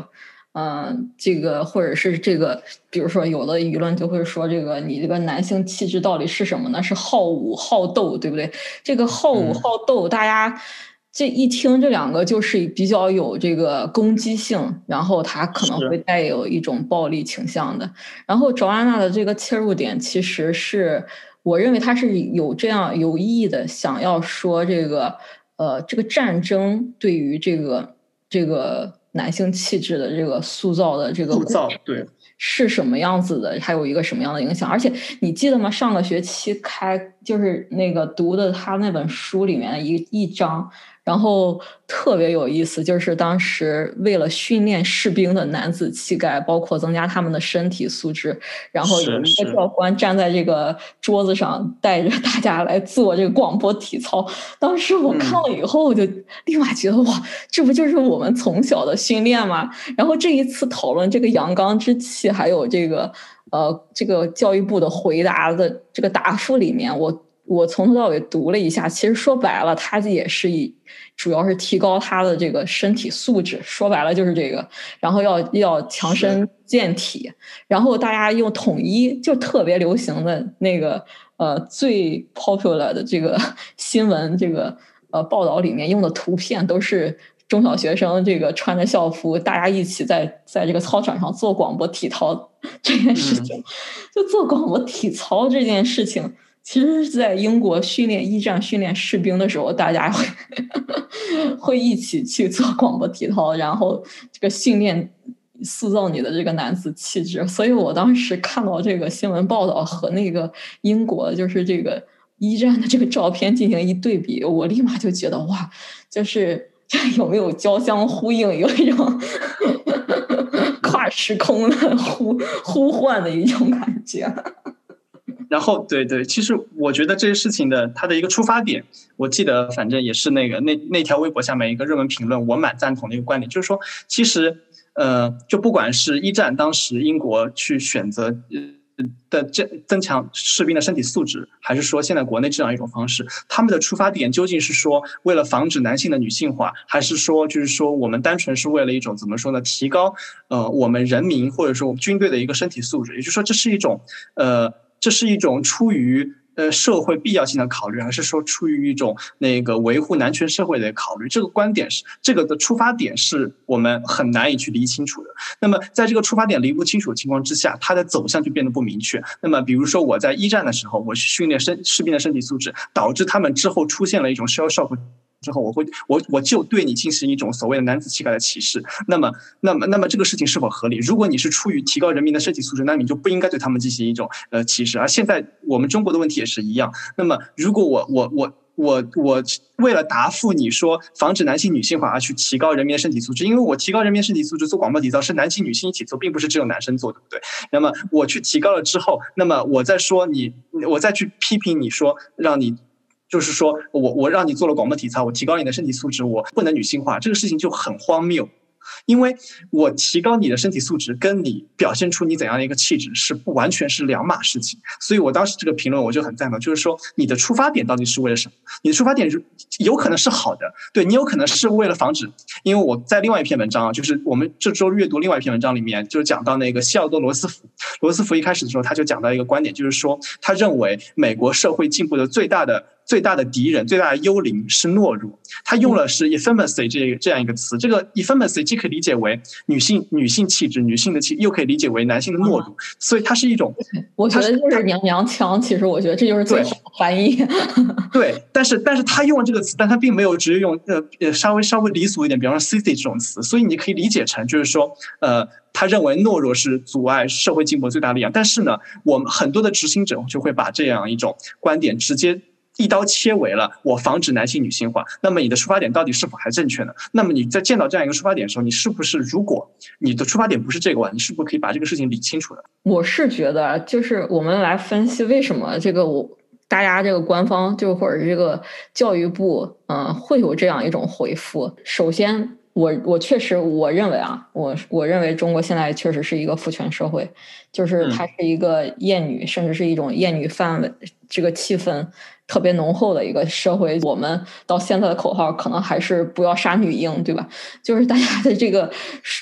嗯、呃，这个或者是这个，比如说有的舆论就会说，这个你这个男性气质到底是什么呢？是好武好斗，对不对？这个好武好斗，大家这一听这两个就是比较有这个攻击性，然后它可能会带有一种暴力倾向的。然后赵安娜的这个切入点，其实是我认为他是有这样有意义的，想要说这个呃，这个战争对于这个这个。男性气质的这个塑造的这个塑造，对， 是什么样子的，还有一个什么样的影响？而且你记得吗？上个学期开就是那个读的他那本书里面一一章，然后特别有意思，就是当时为了训练士兵的男子气概，包括增加他们的身体素质，然后有一个教官站在这个桌子上带着大家来做这个广播体操。当时我看了以后，我就立马觉得、嗯、哇，这不就是我们从小的训练吗？然后这一次讨论这个阳刚之气，还有这个呃这个教育部的回答的这个答复里面，我我从头到尾读了一下，其实说白了，它也是以主要是提高他的这个身体素质，说白了就是这个，然后要要强身健体，然后大家用统一就特别流行的那个呃最 popular 的这个新闻这个呃报道里面用的图片都是中小学生这个穿着校服，大家一起在在这个操场上做广播体操这件事情，嗯、就做广播体操这件事情。其实是在英国训练一战训练士兵的时候，大家会会一起去做广播体操，然后这个训练塑造你的这个男子气质。所以我当时看到这个新闻报道和那个英国就是这个一战的这个照片进行一对比，我立马就觉得哇，就是有没有交相呼应，有一种跨时空的呼呼唤的一种感觉。 然后，对对，其实我觉得这些事情的它的一个出发点，我记得反正也是那个那那条微博下面一个热门评论，我蛮赞同的一个观点，就是说，其实呃，就不管是一战当时英国去选择的增增强士兵的身体素质，还是说现在国内这样一种方式，他们的出发点究竟是说为了防止男性的女性化，还是说就是说我们单纯是为了一种怎么说呢，提高呃我们人民或者说军队的一个身体素质，也就是说这是一种呃。这是一种出于呃社会必要性的考虑，还是说出于一种那个维护男权社会的考虑？这个观点是这个的出发点是我们很难以去理清楚的。那么在这个出发点理不清楚的情况之下，它的走向就变得不明确。那么比如说我在一战的时候，我训练身士兵的身体素质，导致他们之后出现了一种 shell shock。之后我会我我就对你进行一种所谓的男子气概的歧视，那么那么那么这个事情是否合理？如果你是出于提高人民的身体素质，那你就不应该对他们进行一种呃歧视。而现在我们中国的问题也是一样。那么如果我我我我我为了答复你说防止男性女性化而去提高人民的身体素质，因为我提高人民的身体素质做广播体操是男性女性一起做，并不是只有男生做，对不对？那么我去提高了之后，那么我再说你，我再去批评你说让你。就是说我我让你做了广播体操，我提高你的身体素质，我不能女性化，这个事情就很荒谬。因为我提高你的身体素质跟你表现出你怎样的一个气质是不完全是两码事情，所以我当时这个评论我就很赞同，就是说你的出发点到底是为了什么？你的出发点有可能是好的，对，你有可能是为了防止，因为我在另外一篇文章啊，就是我们这周阅读另外一篇文章里面，就是讲到那个西奥多·罗斯福，罗斯福一开始的时候他就讲到一个观点，就是说他认为美国社会进步的最大的最大的敌人、最大的幽灵是懦弱。他用了是 effeminacy 这这样一个词，这个 effeminacy 既可以理解为女性女性气质、女性的气，又可以理解为男性的懦弱，所以它是一种， 我觉得就是娘娘腔。其实我觉得这就是最好的翻译。 对，但是但是他用了这个词，但他并没有直接用呃呃稍微稍微离俗一点，比方说 sissy 这种词，所以你可以理解成就是说呃。他认为懦弱是阻碍社会进步的最大力量，但是呢，我们很多的执行者就会把这样一种观点直接一刀切为了我防止男性女性化。那么你的出发点到底是否还正确呢？那么你在见到这样一个出发点的时候，你是不是如果你的出发点不是这个话，你是不是可以把这个事情理清楚的？ 我是觉得，就是我们来分析为什么这个我。大家这个官方就或者是这个教育部，嗯、呃，会有这样一种回复。首先，我我确实我认为啊，我我认为中国现在确实是一个父权社会，就是它是一个厌女，嗯、甚至是一种厌女范围，这个气氛特别浓厚的一个社会。我们到现在的口号可能还是不要杀女婴，对吧？就是大家的这个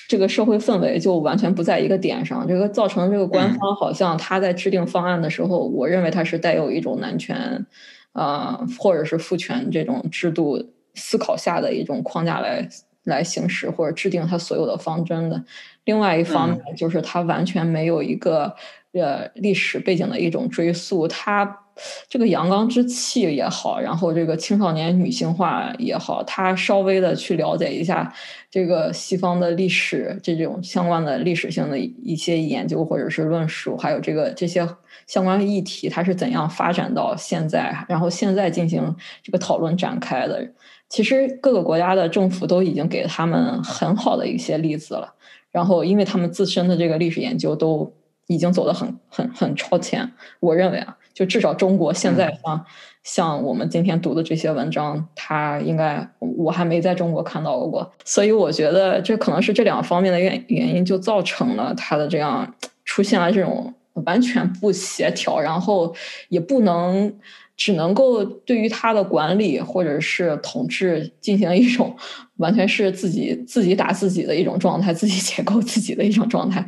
这个社会氛围就完全不在一个点上，这个造成这个官方好像他在制定方案的时候，我认为他是带有一种男权，呃，或者是父权这种制度思考下的一种框架来来行使或者制定他所有的方针的。另外一方面就是他完全没有一个呃历史背景的一种追溯，他这个阳刚之气也好，然后这个青少年女性化也好，他稍微的去了解一下这个西方的历史这种相关的历史性的一些研究或者是论述，还有这个这些相关的议题它是怎样发展到现在，然后现在进行这个讨论展开的。其实各个国家的政府都已经给他们很好的一些例子了，然后因为他们自身的这个历史研究都已经走得很很很超前，我认为啊，就至少中国现在像、嗯、像我们今天读的这些文章，它应该我还没在中国看到过，所以我觉得这可能是这两方面的原原因，就造成了它的这样出现了这种完全不协调，然后也不能只能够对于他的管理或者是统治进行一种完全是自己自己打自己的一种状态，自己解构自己的一种状态，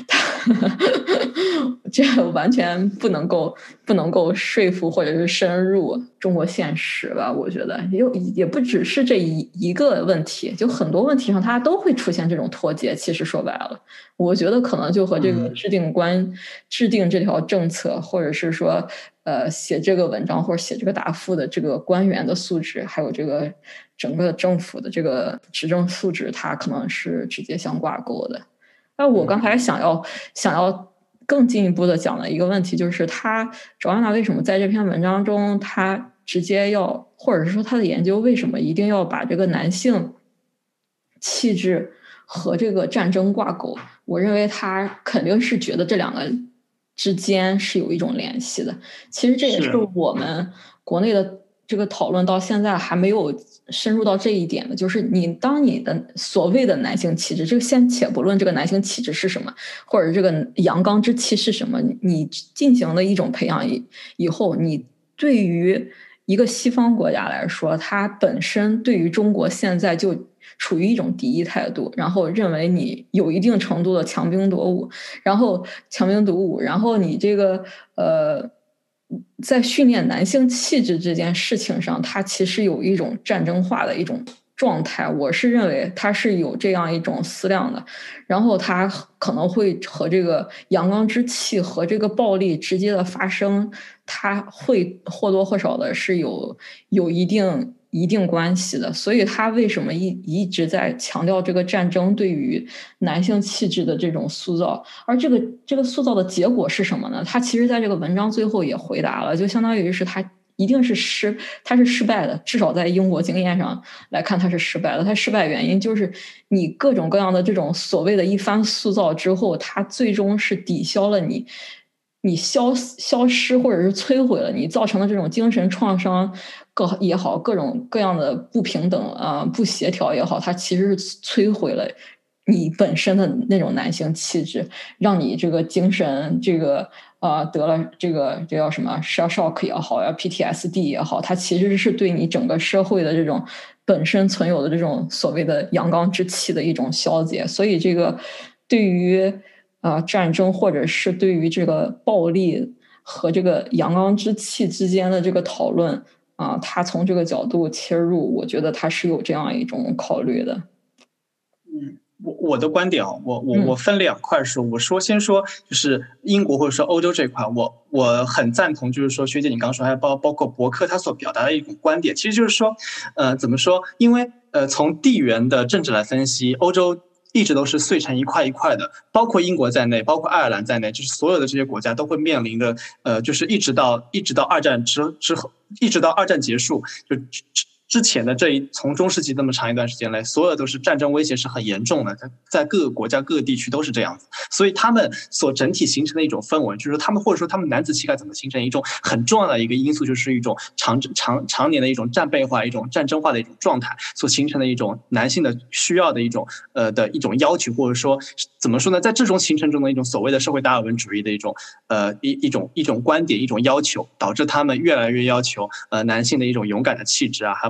这完全不能够不能够说服或者是深入中国现实吧。我觉得也也不只是这一一个问题，就很多问题上它都会出现这种脱节。其实说白了，我觉得可能就和这个制定官、嗯、制定这条政策，或者是说呃写这个文章或者写这个答复的这个官员的素质，还有这个整个政府的这个执政素质，它可能是直接相挂钩的。那我刚才想要想要更进一步的讲的一个问题，就是他卓安娜为什么在这篇文章中，他直接要，或者是说他的研究为什么一定要把这个男性气质和这个战争挂钩？我认为他肯定是觉得这两个之间是有一种联系的。其实这也是我们国内的这个讨论到现在还没有深入到这一点的，就是你当你的所谓的男性气质，这个先且不论这个男性气质是什么，或者这个阳刚之气是什么，你进行了一种培养以后，你对于一个西方国家来说，它本身对于中国现在就处于一种敌意态度，然后认为你有一定程度的强兵夺武，然后强兵夺武，然后你这个呃在训练男性气质这件事情上，它其实有一种战争化的一种状态，我是认为它是有这样一种思量的，然后它可能会和这个阳刚之气和这个暴力直接的发生，它会或多或少的是有有一定一定关系的。所以他为什么一一直在强调这个战争对于男性气质的这种塑造，而这个这个塑造的结果是什么呢？他其实在这个文章最后也回答了，就相当于是他一定是失，他是失败的，至少在英国经验上来看他是失败的。他失败原因就是你各种各样的这种所谓的一番塑造之后，他最终是抵消了你你消消失或者是摧毁了你造成的这种精神创伤各也好，各种各样的不平等啊、呃、不协调也好，它其实是摧毁了你本身的那种男性气质，让你这个精神这个呃得了这个这叫什么 shell shock 也好呀 P T S D 也好，它其实是对你整个社会的这种本身存有的这种所谓的阳刚之气的一种消解。所以这个对于呃战争或者是对于这个暴力和这个阳刚之气之间的这个讨论啊、呃，他从这个角度切入，我觉得他是有这样一种考虑的。 嗯，我我的观点啊，我我我分两块说，我说先说就是英国或者说欧洲这块，我我很赞同，就是说学姐你刚说，还包包括伯克他所表达的一种观点，其实就是说，呃，怎么说？因为呃，从地缘的政治来分析，欧洲一直都是碎成一块一块的，包括英国在内，包括爱尔兰在内，就是所有的这些国家都会面临的，呃，就是一直到一直到二战之之后，一直到二战结束，就之前的这一从中世纪这么长一段时间来，所有都是战争威胁是很严重的，在各个国家各个地区都是这样子，所以他们所整体形成的一种氛围，就是说他们或者说他们男子气概怎么形成一种很重要的一个因素，就是一种长长常年的一种战备化、一种战争化的一种状态所形成的一种男性的需要的一种呃的一种要求，或者说怎么说呢，在这种形成中的一种所谓的社会达尔文主义的一种呃一一种一种观点、一种要求，导致他们越来越要求呃男性的一种勇敢的气质啊，还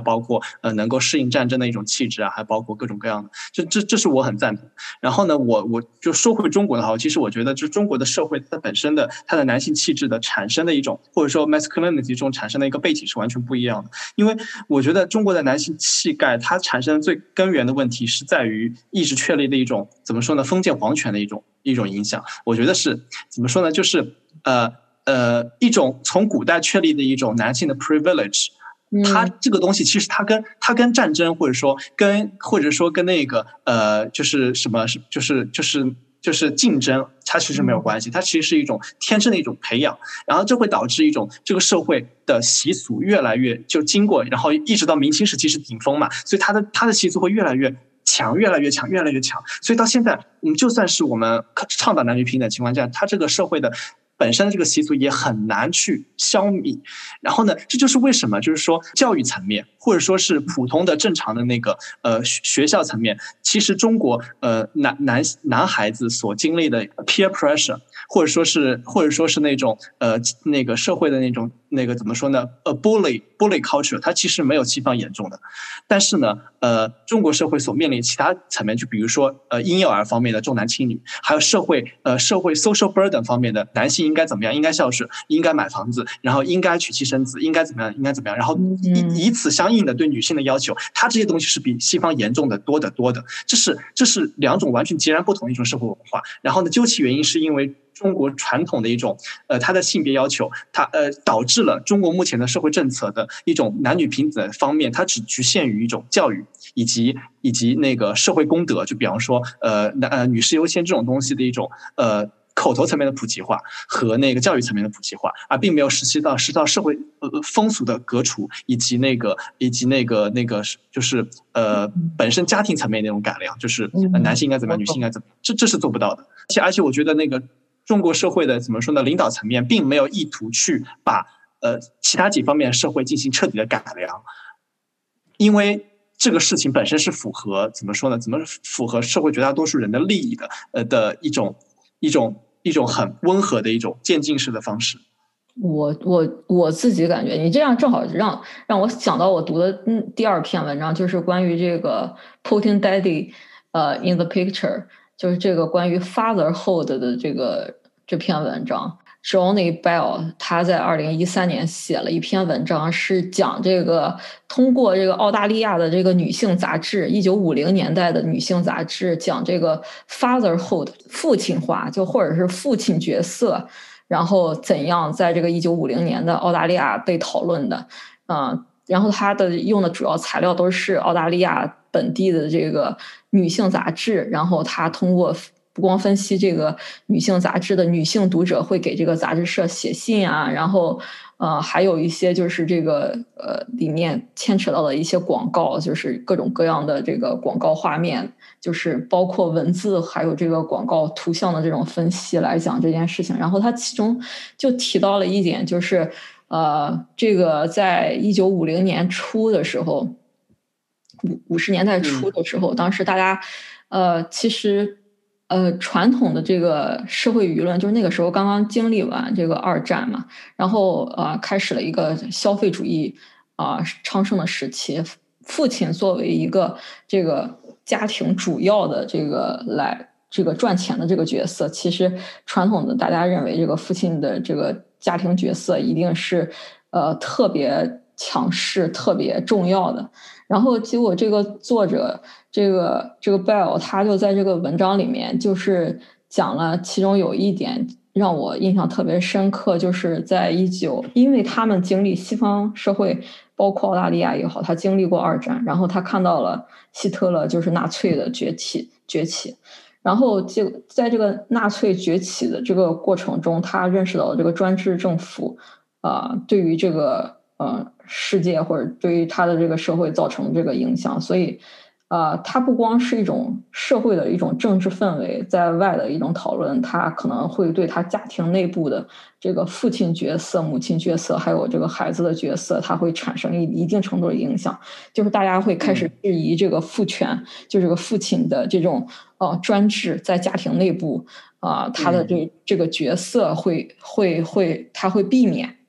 包括呃能够适应战争的一种气质啊，还包括各种各样的，这这这是我很赞同。然后呢，我我就说回中国的话，其实我觉得就中国的社会它本身的它的男性气质的产生的一种，或者说 masculinity 这种产生的一个背景是完全不一样的。因为我觉得中国的男性气概它产生的最根源的问题是在于意志确立的一种怎么说呢，封建皇权的一种一种影响。我觉得是怎么说呢，就是呃呃一种从古代确立的一种男性的 privilege。它这个东西其实它跟它跟战争或者说跟或者说跟那个呃就是什么就是就是就是竞争，它其实没有关系，它其实是一种天生的一种培养，然后这会导致一种这个社会的习俗越来越就经过，然后一直到明清时期是顶峰嘛，所以它的它的习俗会越来越强，越来越强，越来越强，所以到现在，嗯，就算是我们倡导男女平等情况下，它这个社会的本身的这个习俗也很难去消弭。然后呢，这就是为什么就是说教育层面或者说是普通的正常的那个呃学校层面，其实中国呃男男男孩子所经历的 peer pressure， 或者说是或者说是那种呃那个社会的那种那个怎么说呢，呃 bully bully culture， 它其实没有西方严重的。但是呢，呃中国社会所面临其他层面，就比如说呃婴幼儿方面的重男轻女，还有社会呃社会 social burden 方面的男性应该怎么样，应该孝顺，应该买房子，然后应该娶妻生子，应该怎么样，应该怎么样，然后以以此相应的对女性的要求，它这些东西是比西方严重的多得多的。这是这是两种完全截然不同的一种社会文化。然后呢，究其原因是因为中国传统的一种呃它的性别要求，它呃导致了中国目前的社会政策的一种男女平等方面，它只局限于一种教育以及以及那个社会公德，就比方说呃呃女士优先这种东西的一种呃口头层面的普及化和那个教育层面的普及化，而并没有实施到实施到社会呃风俗的革除，以及那个以及那个那个就是呃本身家庭层面那种改良，就是呃男性应该怎么样，女性应该怎么样，这这是做不到的。而且而且我觉得那个中国社会的怎么说呢，领导层面并没有意图去把呃其他几方面社会进行彻底的改良，因为这个事情本身是符合怎么说呢？怎么符合社会绝大多数人的利益的？呃的一种一种一种很温和的一种渐进式的方式。 我我我自己感觉，你这样正好让让我想到我读的嗯第二篇文章，就是关于这个 Putting Daddy 呃 in the picture， 就是这个关于 fatherhood 的这个这篇文章。Johnny Bell 他在二零一三年写了一篇文章，是讲这个通过这个澳大利亚的这个女性杂志，一九五零年代的女性杂志，讲这个 fatherhood 父亲化，就或者是父亲角色，然后怎样在这个一九五零年的澳大利亚被讨论的，啊、呃，然后他的用的主要材料都是澳大利亚本地的这个女性杂志，然后他通过不光分析这个女性杂志的女性读者会给这个杂志社写信啊，然后呃还有一些就是这个呃里面牵扯到的一些广告，就是各种各样的这个广告画面，就是包括文字还有这个广告图像的这种分析来讲这件事情。然后他其中就提到了一点，就是呃这个在一九五零年初的时候，五五十年代初的时候，当时大家呃其实。呃，传统的这个社会舆论，就是那个时候刚刚经历完这个二战嘛，然后呃，开始了一个消费主义啊、呃、昌盛的时期。父亲作为一个这个家庭主要的这个来这个赚钱的这个角色，其实传统的大家认为这个父亲的这个家庭角色一定是呃特别强势、特别重要的。然后结果这个作者这个这个 Bell 他就在这个文章里面就是讲了其中有一点让我印象特别深刻，就是在一九因为他们经历西方社会包括澳大利亚也好，他经历过二战，然后他看到了希特勒就是纳粹的崛起崛起，然后就在这个纳粹崛起的这个过程中，他认识到了这个专制政府啊、呃、对于这个呃世界或者对于他的这个社会造成这个影响，所以呃它不光是一种社会的一种政治氛围在外的一种讨论，它可能会对他家庭内部的这个父亲角色、母亲角色还有这个孩子的角色，它会产生一一定程度的影响，就是大家会开始质疑这个父权、嗯、就这个父亲的这种呃专制在家庭内部啊、呃，他的这这个角色会会会他会避免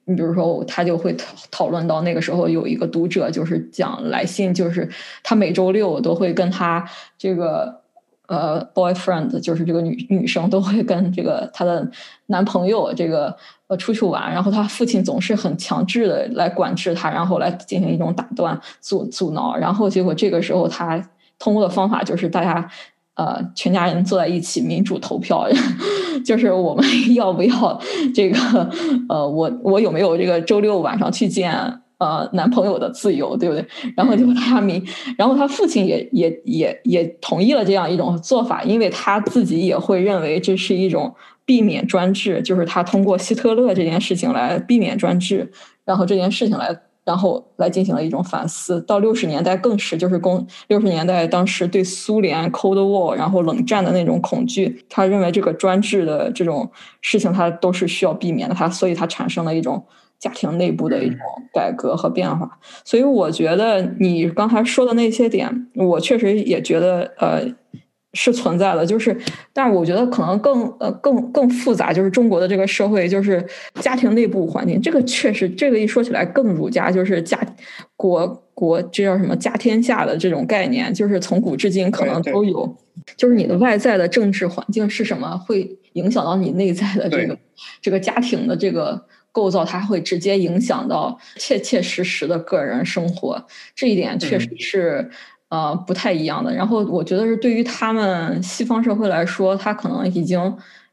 你比如说，他就会讨讨论到那个时候有一个读者就是讲来信，就是他每周六都会跟他这个呃 boyfriend， 就是这个女女生都会跟这个她的男朋友这个呃出去玩，然后他父亲总是很强制的来管制他，然后来进行一种打断阻阻挠，然后结果这个时候他通过的方法就是大家。呃，全家人坐在一起民主投票，就是我们要不要这个呃，我我有没有这个周六晚上去见呃男朋友的自由，对不对？然后就他民，然后他父亲也也也也同意了这样一种做法，因为他自己也会认为这是一种避免专制，就是他通过希特勒这件事情来避免专制，然后这件事情来。然后来进行了一种反思，到六十年代更是，就是公六十年代当时对苏联 Cold War 然后冷战的那种恐惧，他认为这个专制的这种事情他都是需要避免的，他所以他产生了一种家庭内部的一种改革和变化。所以我觉得你刚才说的那些点，我确实也觉得呃。是存在的，就是，但是我觉得可能更呃更更复杂，就是中国的这个社会，就是家庭内部环境，这个确实，这个一说起来更儒家，就是家国国这叫什么家天下的这种概念，就是从古至今可能都有，就是你的外在的政治环境是什么，会影响到你内在的这个这个家庭的这个构造，它会直接影响到切切实实的个人生活，这一点确实是。嗯呃，不太一样的。然后我觉得是对于他们西方社会来说，他可能已经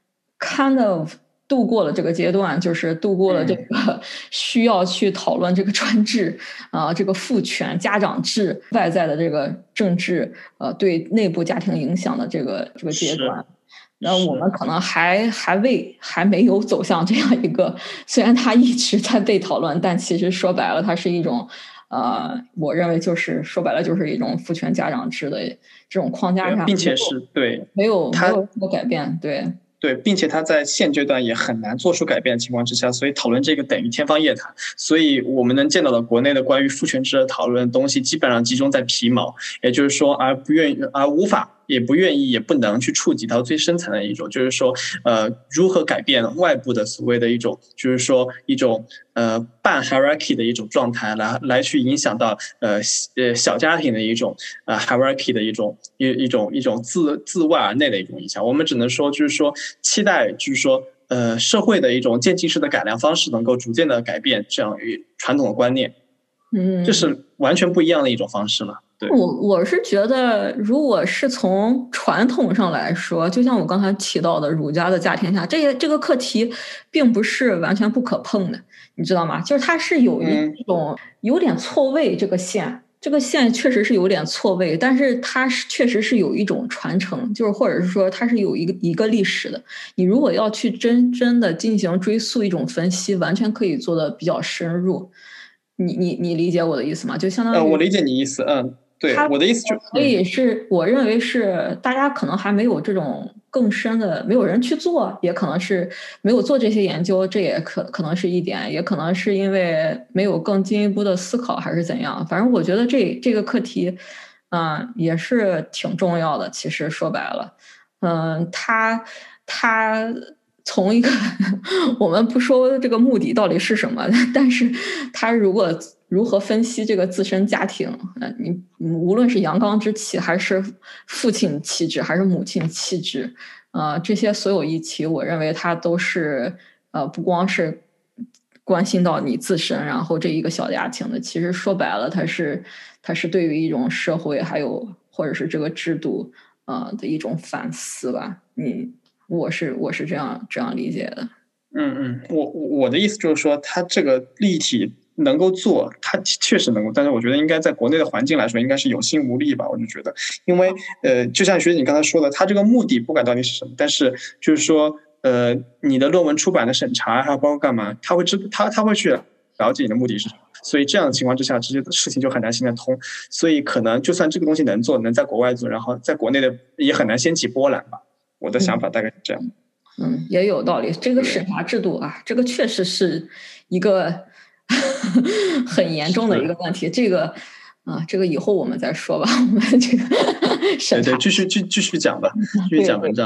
kind of 度过了这个阶段，就是度过了这个需要去讨论这个专制啊、呃，这个父权家长制外在的这个政治呃对内部家庭影响的这个这个阶段。然后我们可能还还未还没有走向这样一个，虽然它一直在被讨论，但其实说白了，它是一种。呃，我认为就是说白了，就是一种父权家长制的这种框架下， 并且是对没有没有什么改变，对对，并且他在现阶段也很难做出改变的情况之下，所以讨论这个等于天方夜谭。所以我们能见到的国内的关于父权制的讨论东西，基本上集中在皮毛，也就是说，而不愿意，而无法。也不愿意，也不能去触及到最深层的一种，就是说，呃，如何改变外部的所谓的一种，就是说一种呃半 hierarchy 的一种状态，来来去影响到呃呃小家庭的一种呃 hierarchy 的一种一一种一种自自外而内的一种影响。我们只能说，就是说期待，就是说呃社会的一种渐进式的改良方式，能够逐渐的改变这样传统的观念。 嗯， 这是完全不一样的一种方式了。 我我是觉得，如果是从传统上来说，就像我刚才提到的儒家的家天下，这些这个课题并不是完全不可碰的，你知道吗？就是它是有一种有点错位，这个线，这个线确实是有点错位，但是它是确实是有一种传承，就是或者是说它是有一个一个历史的。你如果要去真真的进行追溯一种分析，完全可以做的比较深入。你你你理解我的意思吗？就相当于、 呃、我理解你意思，嗯。对，我的意思就所以是我认为是大家可能还没有这种更深的，没有人去做，也可能是没有做这些研究，这也可可能是一点，也可能是因为没有更进一步的思考，还是怎样。反正我觉得这这个课题，嗯、呃，也是挺重要的。其实说白了，嗯、呃，它它。从一个我们不说这个目的到底是什么，但是他如果如何分析这个自身家庭，呃，你无论是阳刚之气，还是父亲气质，还是母亲气质，呃，这些所有议题，我认为它都是呃，不光是关心到你自身，然后这一个小家庭的，其实说白了，它是它是对于一种社会还有或者是这个制度呃的一种反思吧，你。我是我是这样这样理解的。 嗯嗯，我我的意思就是说，他这个立体能够做，他确实能够，但是我觉得应该在国内的环境来说，应该是有心无力吧。我就觉得，因为呃，就像学姐你刚才说的，他这个目的不管到底是什么，但是就是说，呃，你的论文出版的审查，还有包括干嘛，他会知他他会去了解你的目的是什么。所以这样的情况之下，这些事情就很难行得通。所以可能就算这个东西能做，能在国外做，然后在国内的也很难掀起波澜吧。我的想法大概是这样。 嗯，也有道理。这个审查制度啊，这个确实是一个很严重的一个问题。这个啊，这个以后我们再说吧。我们这个审查， 对对，继续继继续讲吧，继续讲文章吧。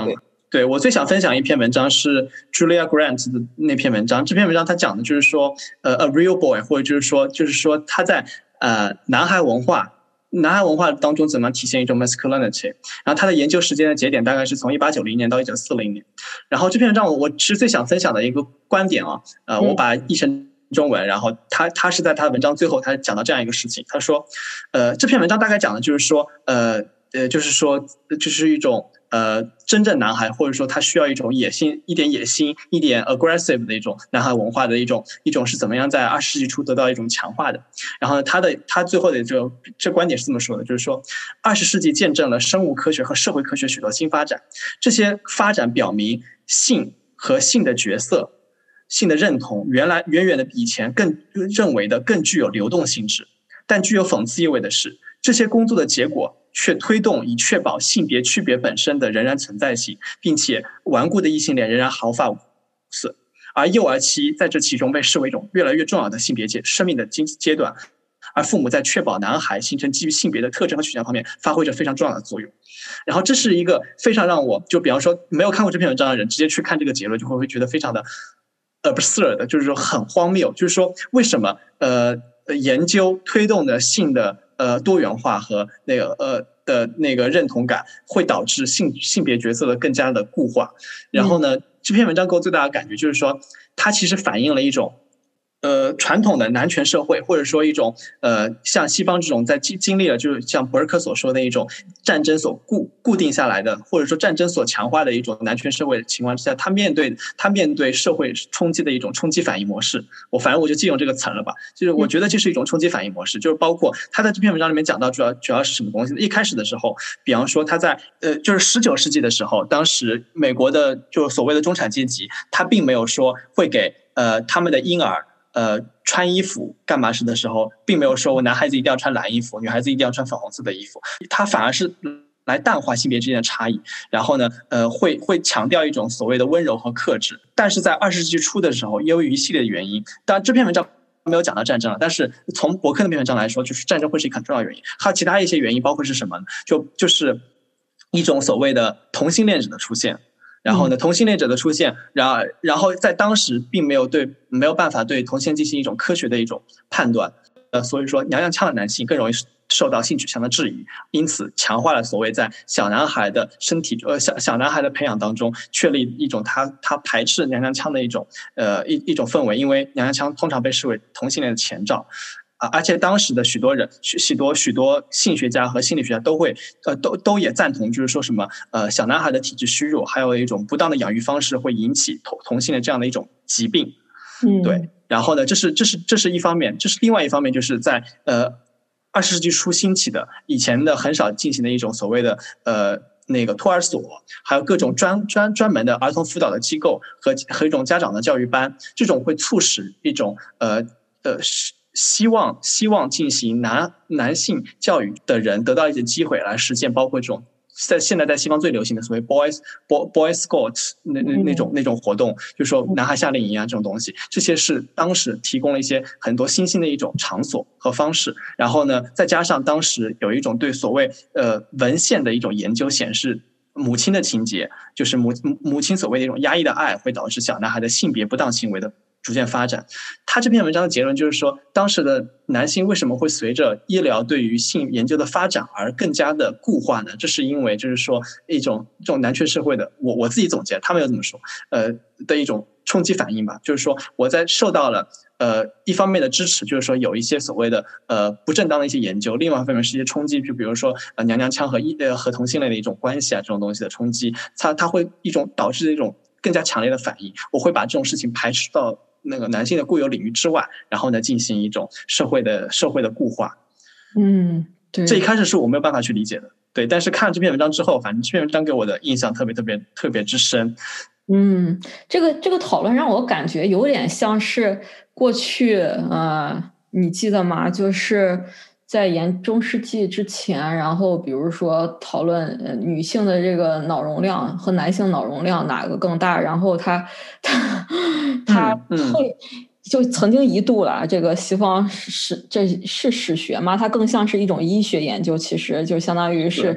对，我最想分享一篇文章是 Julia Grant 的那篇文章，这篇文章它讲的就是说，呃 ，a real boy， 或者就是说，就是说他在呃男孩文化。男孩文化当中怎么体现一种 masculinity， 然后他的研究时间的节点大概是从一八九零年到一九四零年，然后这篇文章我我是最想分享的一个观点啊，呃，我把它译成中文，然后他他是在他的文章最后他讲到这样一个事情，他说，呃，这篇文章大概讲的就是说，呃呃，就是说就是一种呃真正男孩，或者说他需要一种野心，一点野心，一点 aggressive 的一种男孩文化的一种一种是怎么样在二十世纪初得到一种强化的。然后呢，他的他最后的这个这观点是这么说的，就是说，二十世纪见证了生物科学和社会科学许多新发展，这些发展表明性和性的角色。性的认同原来远远的比以前更认为的更具有流动性质，但具有讽刺意味的是，这些工作的结果却推动以确保性别区别本身的仍然存在性，并且顽固的异性恋仍然毫发无损，而幼儿期在这其中被视为一种越来越重要的性别阶生命的阶段，而父母在确保男孩形成基于性别的特征和取向方面发挥着非常重要的作用。然后这是一个非常让我就比方说没有看过这篇文章的人直接去看这个结论就会觉得非常的absurd， 就是说很荒谬，就是说为什么呃研究推动的性的呃多元化和那个呃的那个认同感会导致性性别角色的更加的固化。然后呢，这篇文章给我最大的感觉就是说，它其实反映了一种。呃，传统的男权社会，或者说一种呃，像西方这种在经经历了，就是像博尔克所说的一种战争所固固定下来的，或者说战争所强化的一种男权社会的情况之下，他面对他面对社会冲击的一种冲击反应模式。我反正我就借用这个词了吧，就是我觉得这是一种冲击反应模式，就是包括他在这篇文章里面讲到主要主要是什么东西。一开始的时候，比方说他在呃，就是十九世纪的时候，当时美国的就所谓的中产阶级，他并没有说会给呃他们的婴儿。呃，穿衣服干嘛时的时候，并没有说我男孩子一定要穿蓝衣服，女孩子一定要穿粉红色的衣服，他反而是来淡化性别之间的差异，然后呢，呃，会会强调一种所谓的温柔和克制。但是在二十世纪初的时候，由于一系列的原因，当然这篇文章没有讲到战争了，但是从伯克那篇文章来说，就是战争会是一个很重要的原因，还有其他一些原因，包括是什么呢？就就是一种所谓的同性恋者的出现。然后呢，同性恋者的出现，然后然后在当时并没有对没有办法对同性进行一种科学的一种判断，呃，所以说娘娘腔的男性更容易受到性取向的质疑，因此强化了所谓在小男孩的身体呃小小男孩的培养当中确立一种他他排斥娘娘腔的一种呃一一种氛围，因为娘娘腔通常被视为同性恋的前兆。啊，而且当时的许多人、许许多许多性学家和心理学家都会，呃，都都也赞同，就是说什么，呃，小男孩的体质虚弱，还有一种不当的养育方式会引起同同性的这样的一种疾病， 嗯， 对。然后呢，这是这是这是一方面，这是另外一方面，就是在呃二十世纪初兴起的，以前的很少进行的一种所谓的呃那个托儿所，还有各种专专专门的儿童辅导的机构和和一种家长的教育班，这种会促使一种呃呃。希望希望进行男男性教育的人得到一些机会来实现，包括这种在现在在西方最流行的所谓 boys boy boy scout 那那那种那种活动，就是说男孩夏令营啊这种东西，这些是当时提供了一些很多新兴的一种场所和方式。然后呢，再加上当时有一种对所谓呃文献的一种研究显示。母亲的情节就是母母亲所谓的一种压抑的爱，会导致小男孩的性别不当行为的逐渐发展。他这篇文章的结论就是说，当时的男性为什么会随着医疗对于性研究的发展而更加的固化呢？这是因为就是说一种这种男权社会的，我我自己总结，他们又这么说，呃的一种冲击反应吧。就是说我在受到了呃一方面的支持，就是说有一些所谓的呃不正当的一些研究，另外一方面是一些冲击，就比如说呃娘娘腔和一呃和同性恋的一种关系啊，这种东西的冲击，它它会一种导致一种更加强烈的反应。我会把这种事情排斥到那个男性的固有领域之外，然后呢进行一种社会的社会的固化。 嗯，对， 这一开始是我没有办法去理解的，对。但是看了这篇文章之后，反正这篇文章给我的印象特别特别特别之深。 嗯，这个这个讨论让我感觉有点像是过去，呃，你记得吗？就是在研中世纪之前，然后比如说讨论呃女性的这个脑容量和男性脑容量哪个更大，然后他他他嗯嗯会。就曾经一度了，这个西方史这是史学嘛，它更像是一种医学研究，其实就相当于是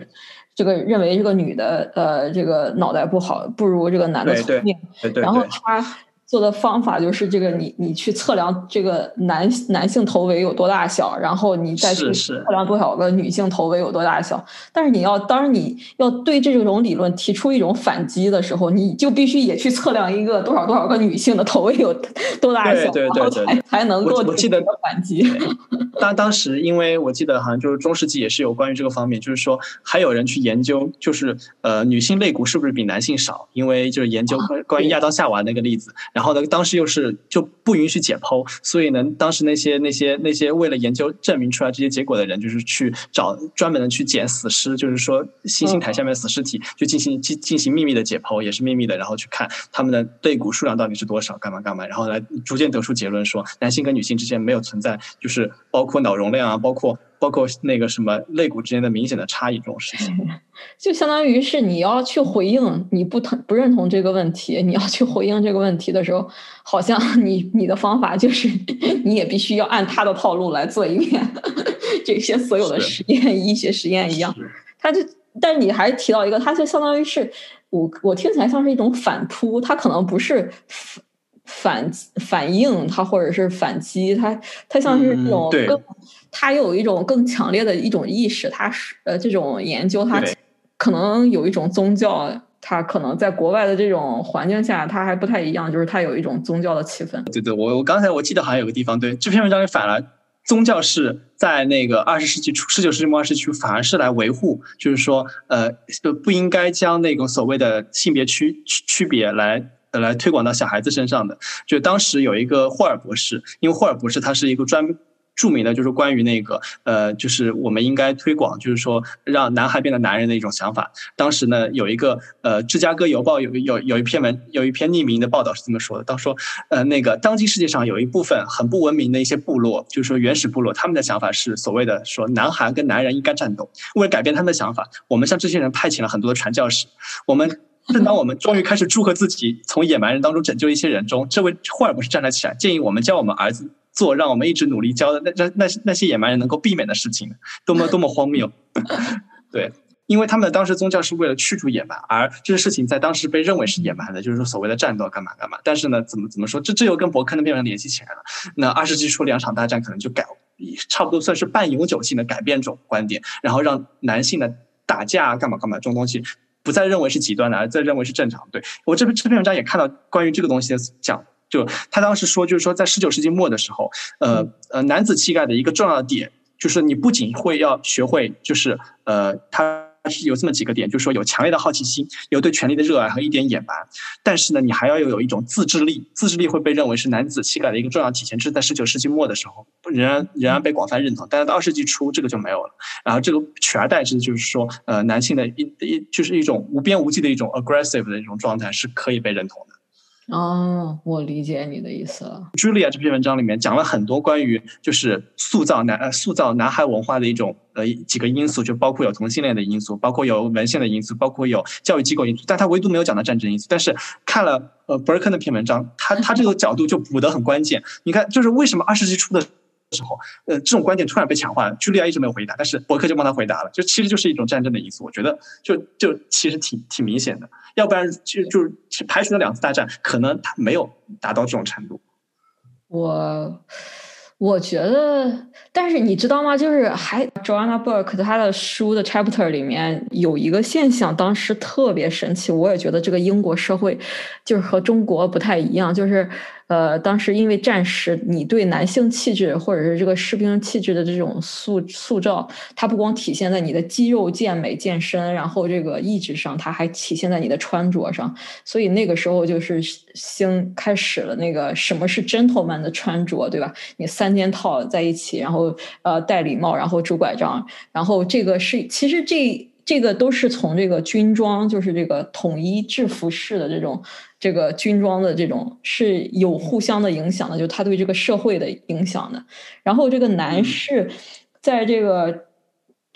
这个认为这个女的呃这个脑袋不好，不如这个男的聪明， 对对对对对， 然后他做的方法就是这个你你去测量这个男男性头围有多大小，然后你再去测量多少个女性头围有多大小。但是你要当你要对这种理论提出一种反击的时候，你就必须也去测量一个多少多少个女性的头围有多大小， 对对对对， 然后才才能够我记得反击。 当当时因为我记得好像就是中世纪也是有关于这个方面，就是说还有人去研究，就是呃女性肋骨是不是比男性少，因为就是研究关于亚当夏娃那个例子。然后呢，当时又是就不允许解剖，所以呢，当时那些那些那些为了研究证明出来这些结果的人，就是去找专门的去捡死尸，就是说行刑台下面死尸体，就进行进进行秘密的解剖，也是秘密的，然后去看他们的肋骨数量到底是多少，干嘛干嘛，然后来逐渐得出结论说，男性跟女性之间没有存在，就是包括脑容量啊，包括。包括那个什么肋骨之间的明显的差异这种事情， 就相当于是你要去回应你不同不认同这个问题，你要去回应这个问题的时候，好像你你的方法就是你也必须要按他的套路来做一遍这些所有的实验，医学实验一样。他就，但是你还提到一个，他就相当于是我我听起来像是一种反扑，他可能不是反反应，它或者是反击，它它像是这种更。嗯，他有一种更强烈的一种意识，他是呃这种研究，他可能有一种宗教，他可能在国外的这种环境下，他还不太一样，就是他有一种宗教的气氛。 对对，我我刚才我记得好像有个地方，对这篇文章里反了，宗教是在那个二十世纪初、十九世纪末二十世纪初，反而是来维护，就是说呃不应该将那种所谓的性别区区别来。来推广到小孩子身上的，就当时有一个霍尔博士，因为霍尔博士他是一个专著名的，就是关于那个呃，就是我们应该推广，就是说让男孩变得男人的一种想法。当时呢，有一个呃，芝加哥邮报有有有一篇文有一篇匿名的报道是这么说的，当说呃，那个当今世界上有一部分很不文明的一些部落，就是说原始部落，他们的想法是所谓的说男孩跟男人应该战斗。为了改变他们的想法，我们向这些人派遣了很多的传教士，我们。正当我们终于开始祝贺自己从野蛮人当中拯救一些人中，这位霍尔博士站了起来，建议我们教我们儿子做让我们一直努力教的那那那那些野蛮人能够避免的事情，多么多么荒谬！对，因为他们的当时宗教是为了驱逐野蛮，而这个事情在当时被认为是野蛮的，就是说所谓的战斗干嘛干嘛。但是呢，怎么怎么说，这这又跟伯克那篇文联系起来了。那二十世纪初两场大战可能就改，差不多算是半永久性的改变这种观点，然后让男性的打架干嘛干嘛这种东西。不再认为是极端的，而再认为是正常。对，我这篇这篇文章也看到关于这个东西的讲，就他当时说，就是说在十九世纪末的时候，呃呃，男子气概的一个重要的点，就是你不仅会要学会，就是呃，他是有这么几个点，就是说有强烈的好奇心，有对权力的热爱和一点野蛮，但是呢，你还要有一种自制力，自制力会被认为是男子气概的一个重要体现，这是在十九世纪末的时候仍然仍然被广泛认同，但是到二十世纪初这个就没有了。然后这个取而代之就是说，呃，男性的一一就是一种无边无际的一种 aggressive 的一种状态是可以被认同的。 哦，我理解你的意思了。 Julia 这篇文章里面讲了很多关于就是塑造男呃塑造男孩文化的一种呃几个因素，就包括有同性恋的因素，包括有文献的因素，包括有教育机构因素，但他唯独没有讲到战争因素。但是看了呃 Burke 那篇文章，他他这个角度就补得很关键。你看，就是为什么二十世纪初的时候，呃，这种观点突然被强化了，茱莉亚一直没有回答，但是伯克就帮他回答了，就其实就是一种战争的因素，我觉得就就其实挺挺明显的，要不然就就是排除了两次大战，可能他没有达到这种程度。 我我觉得，但是你知道吗？就是还 Joanna Burke 她的书的 chapter 里面有一个现象，当时特别神奇，我也觉得这个英国社会就是和中国不太一样，就是呃，当时因为战时，你对男性气质或者是这个士兵气质的这种塑塑造，它不光体现在你的肌肉健美健身，然后这个意志上，它还体现在你的穿着上。所以那个时候就是兴开始了那个什么是 gentleman 的穿着，对吧？你三件套在一起，然后呃戴礼帽，然后拄拐杖，然后这个是其实这。这个都是从这个军装，就是这个统一制服式的这种这个军装的这种是有互相的影响的，就是他对这个社会的影响的。然后这个男士在这个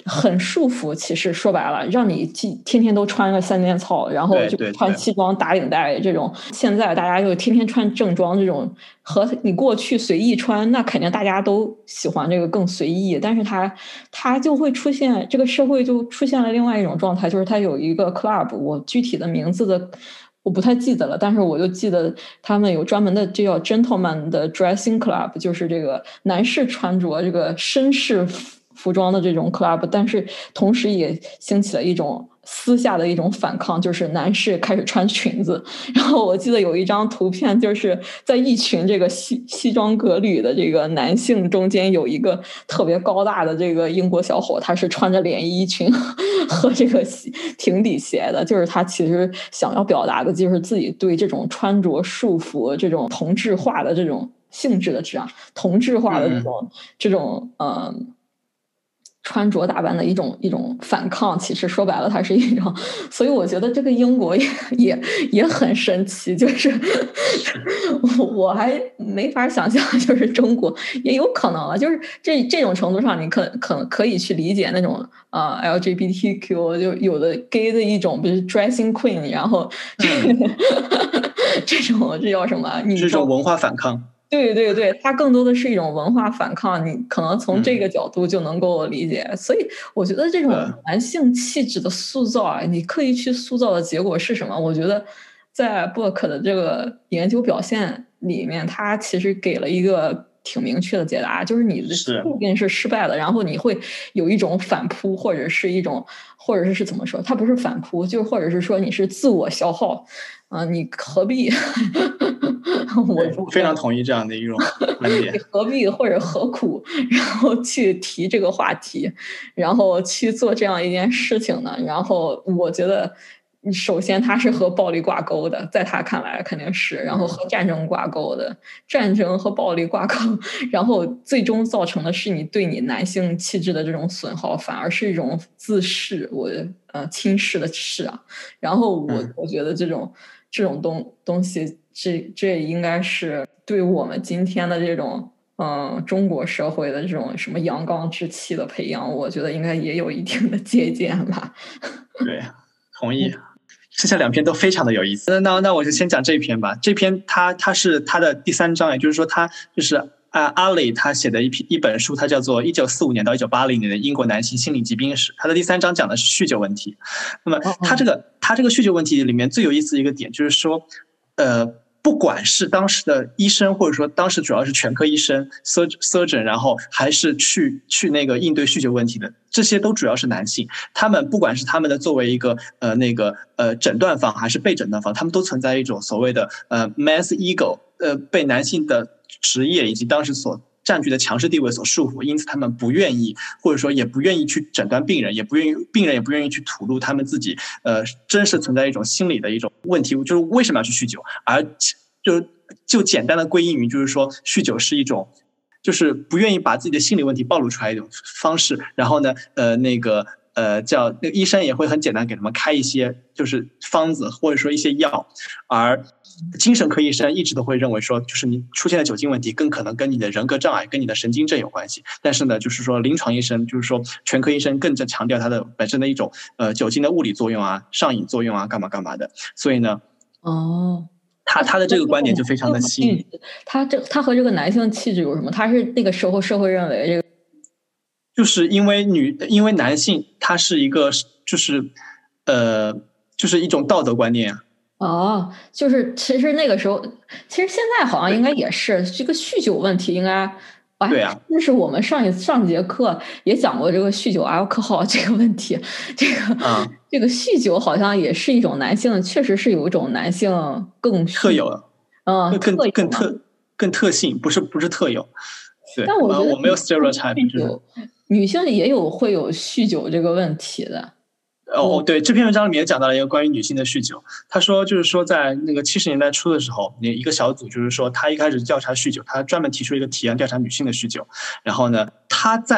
很束缚。其实说白了，让你天天都穿个三件套，然后就穿西装打领带这种。现在大家就天天穿正装这种，和你过去随意穿，那肯定大家都喜欢这个更随意。但是它它就会出现，这个社会就出现了另外一种状态，就是它有一个 club， 我具体的名字的我不太记得了，但是我就记得他们有专门的，这叫 gentleman 的 dressing club， 就是这个男士穿着这个绅士服装的这种 club， 但是同时也兴起了一种私下的一种反抗，就是男士开始穿裙子。然后我记得有一张图片，就是在一群这个西西装革履的这个男性中间，有一个特别高大的这个英国小伙，他是穿着连衣裙和这个平底鞋的，就是他其实想要表达的就是自己对这种穿着束缚、这种同质化的这种性质的这样同质化的这种、嗯、这种呃。穿着打扮的一种一种反抗，其实说白了，它是一种，所以我觉得这个英国也也也很神奇，就是我还没法想象，就是中国也有可能了，就是这这种程度上，你可可可以去理解那种呃 L G B T Q 就有的 gay 的一种，比如 dressing queen， 然后这这种这叫什么？你这种文化反抗。 对对对，它更多的是一种文化反抗，你可能从这个角度就能够理解。嗯、所以我觉得这种男性气质的塑造啊，你刻意去塑造的结果是什么？我觉得在 Book 的这个研究表现里面，它其实给了一个挺明确的解答，就是你的后边是失败的，然后你会有一种反扑，或者是一种，或者是怎么说？它不是反扑，就是或者是说你是自我消耗。啊、呃，你何必？ 我非常同意这样的一种观点。 你何必或者何苦，然后去提这个话题，然后去做这样一件事情呢？然后我觉得，首先它是和暴力挂钩的，在他看来肯定是，然后和战争挂钩的，战争和暴力挂钩，然后最终造成的是你对你男性气质的这种损耗，反而是一种自视，我呃轻视的视啊。然后我、嗯、我觉得这种这种东东西。这这应该是对我们今天的这种嗯中国社会的这种什么阳刚之气的培养，我觉得应该也有一定的借鉴吧。 对，同意。剩下两篇都非常的有意思。那那我就先讲这篇吧。这篇它它是它的第三章，也就是说它就是啊阿里他写的一篇一本书，它叫做一九四五年到一九八零年的英国男性心理疾病史。它的第三章讲的是酗酒问题。那么它这个它这个酗酒问题里面最有意思的一个点就是说，呃。不管是当时的医生，或者说当时主要是全科医生 surgeon， 然后还是去去那个应对酗酒问题的，这些都主要是男性。他们不管是他们的作为一个呃那个呃诊断方还是被诊断方，他们都存在一种所谓的呃 man's ego， 呃被男性的职业以及当时所占据的强势地位所束缚，因此他们不愿意，或者说也不愿意去诊断病人，也不愿意病人也不愿意去吐露他们自己呃真实存在一种心理的一种问题，就是为什么要去酗酒，而就就简单的归因于就是说酗酒是一种就是不愿意把自己的心理问题暴露出来的一种方式。然后呢呃那个呃叫那个医生也会很简单给他们开一些就是方子或者说一些药，而精神科医生一直都会认为说就是你出现的酒精问题更可能跟你的人格障碍跟你的神经症有关系。但是呢就是说临床医生就是说全科医生更加强调它的本身的一种呃酒精的物理作用啊上瘾作用啊干嘛干嘛的。所以呢哦他他的这个观点就非常的吸引。 他这他和这个男性气质有什么？他是那个时候社会认为这个， 就是因为女因为男性他是一个就是呃就是一种道德观念啊。 哦，就是其实那个时候，其实现在好像应该也是这个酗酒问题，应该。 对啊， 就是我们上一上节课也讲过这个酗酒 alcohol 这个问题，这个、嗯、这个酗酒好像也是一种男性，确实是有一种男性更特有， 嗯， 更特更特更特性，不是不是特有。对， 但我觉得我没有 stereotype， 就是女性也有会有酗酒这个问题的。 哦，对，这篇文章里面也讲到了一个关于女性的酗酒。他说，就是说在那个七十年代初的时候，那一个小组就是说，他一开始调查酗酒，他专门提出一个提案调查女性的酗酒。然后呢，他在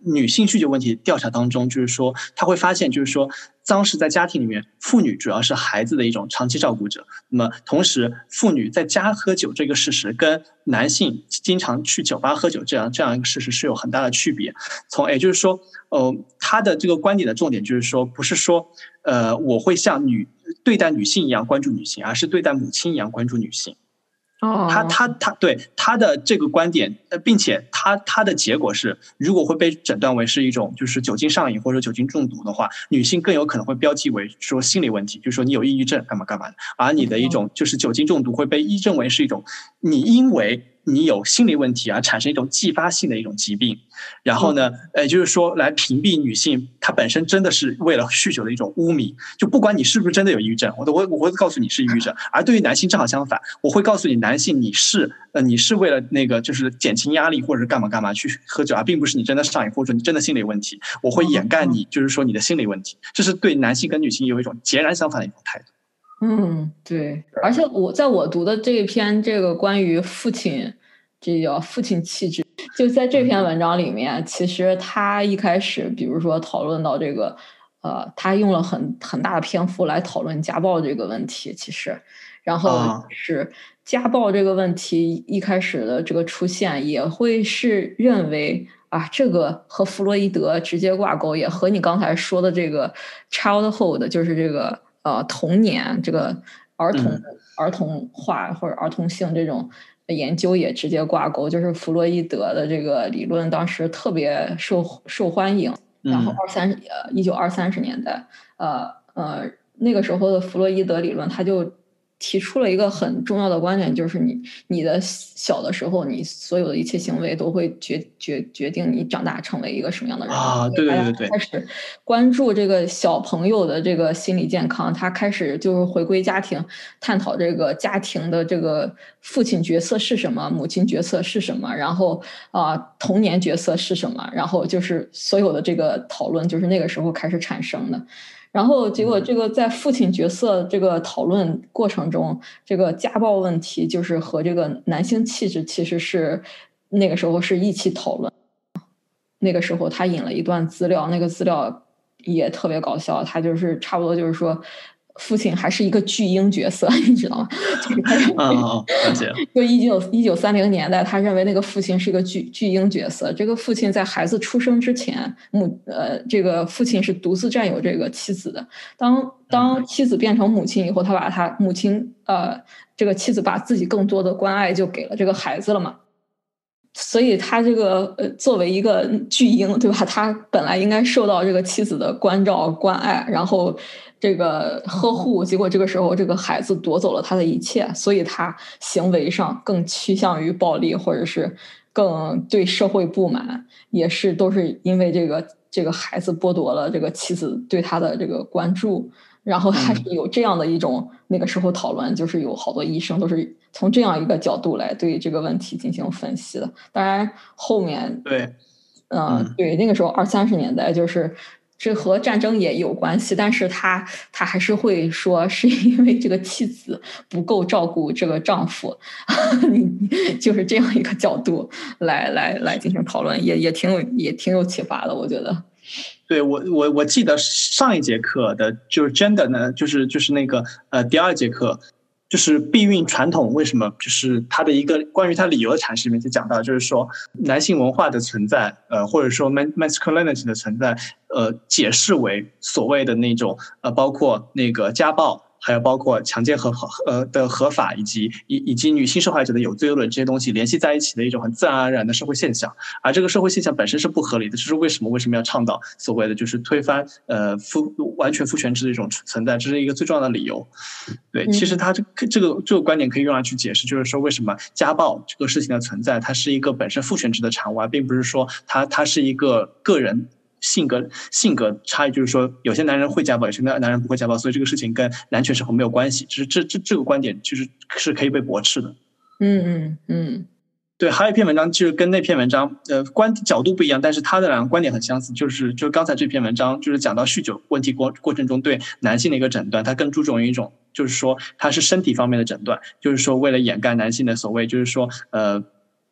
女性酗酒问题调查当中，就是说他会发现，就是说当时在家庭里面，妇女主要是孩子的一种长期照顾者。那么同时，妇女在家喝酒这个事实，跟男性经常去酒吧喝酒这样这样一个事实是有很大的区别。从也就是说，呃，他的这个观点的重点就是说，不是说，呃，我会像女对待女性一样关注女性，而是对待母亲一样关注女性。他他他对他的这个观点，并且他他的结果是，如果会被诊断为是一种就是酒精上瘾或者酒精中毒的话，女性更有可能会标记为说心理问题，就是说你有抑郁症干嘛干嘛的，而你的一种就是酒精中毒会被认为是一种你因为你有心理问题而产生一种继发性的一种疾病。然后呢，呃，就是说来屏蔽女性她本身真的是为了酗酒的一种污名，就不管你是不是真的有抑郁症，我都会我会告诉你是抑郁症。而对于男性正好相反，我会告诉你男性你是呃你是为了那个就是减轻压力或者是干嘛干嘛去喝酒，而并不是你真的上瘾或者说你真的心理问题，我会掩盖你就是说你的心理问题。这是对男性跟女性有一种截然相反的一种态度。 嗯，对，而且我在我读的这一篇这个关于父亲，这叫父亲气质。就在这篇文章里面，其实他一开始，比如说讨论到这个，呃，他用了很很大的篇幅来讨论家暴这个问题。其实，然后是家暴这个问题一开始的这个出现，也会是认为啊，这个和弗洛伊德直接挂钩，也和你刚才说的这个 childhood， 就是这个呃童年这个儿童、嗯、儿童化或者儿童性这种研究也直接挂钩，就是弗洛伊德的这个理论当时特别受受欢迎，然后二三呃一九二三十年代，呃呃那个时候的弗洛伊德理论，他就提出了一个很重要的观点，就是你你的小的时候，你所有的一切行为都会决决决定你长大成为一个什么样的人啊！对对对对， 开始关注这个小朋友的这个心理健康，他开始就是回归家庭，探讨这个家庭的这个父亲角色是什么，母亲角色是什么，然后啊、呃、童年角色是什么，然后就是所有的这个讨论就是那个时候开始产生的。然后结果这个在父亲角色这个讨论过程中，这个家暴问题就是和这个男性气质其实是那个时候是一起讨论。那个时候他引了一段资料，那个资料也特别搞笑，他就是差不多就是说父亲还是一个巨婴角色，你知道吗？就是他哦，了解。 就一九一九三零年代，他认为那个父亲是一个巨巨婴角色。这个父亲在孩子出生之前，母呃，这个父亲是独自占有这个妻子的。当当妻子变成母亲以后，他把他母亲呃，这个妻子把自己更多的关爱就给了这个孩子了嘛。所以他这个呃，作为一个巨婴，对吧？他本来应该受到这个妻子的关照、关爱，然后这个呵护，结果这个时候这个孩子夺走了他的一切，所以他行为上更趋向于暴力，或者是更对社会不满，也是都是因为这个这个孩子剥夺了这个妻子对他的这个关注。然后还是有这样的一种、嗯、那个时候讨论，就是有好多医生都是从这样一个角度来对这个问题进行分析的。当然后面对， 呃、嗯，对，那个时候二三十年代就是这和战争也有关系，但是他他还是会说是因为这个妻子不够照顾这个丈夫，就是这样一个角度来来来进行讨论，也也挺有也挺有启发的，我觉得。 对，我我我记得上一节课的就是 gender 呢，就是就是那个呃第二节课，就是避孕传统为什么就是它的一个关于它理由的阐释里面就讲到，就是说男性文化的存在，呃或者说 masculinity 的存在，呃解释为所谓的那种呃包括那个家暴。还有包括强奸和呃的合法，以及以以及女性受害者的有罪论这些东西联系在一起的一种很自然而然的社会现象，而这个社会现象本身是不合理的，这是为什么为什么要倡导所谓的就是推翻呃父完全父权制的一种存在，这是一个最重要的理由。对，其实它这个这个这个观点可以用来去解释，就是说为什么家暴这个事情的存在，它是一个本身父权制的产物，而并不是说它它是一个个人。性格性格差异，就是说有些男人会家暴，有些男人不会家暴，所以这个事情跟男权社会没有关系。就是这这这个观点其实是可以被驳斥的。 嗯嗯嗯， 对，还有一篇文章就是跟那篇文章呃观角度不一样，但是他的两个观点很相似，就是就是刚才这篇文章就是讲到酗酒问题过过程中对男性的一个诊断，他更注重于一种就是说他是身体方面的诊断，就是说为了掩盖男性的所谓就是说呃。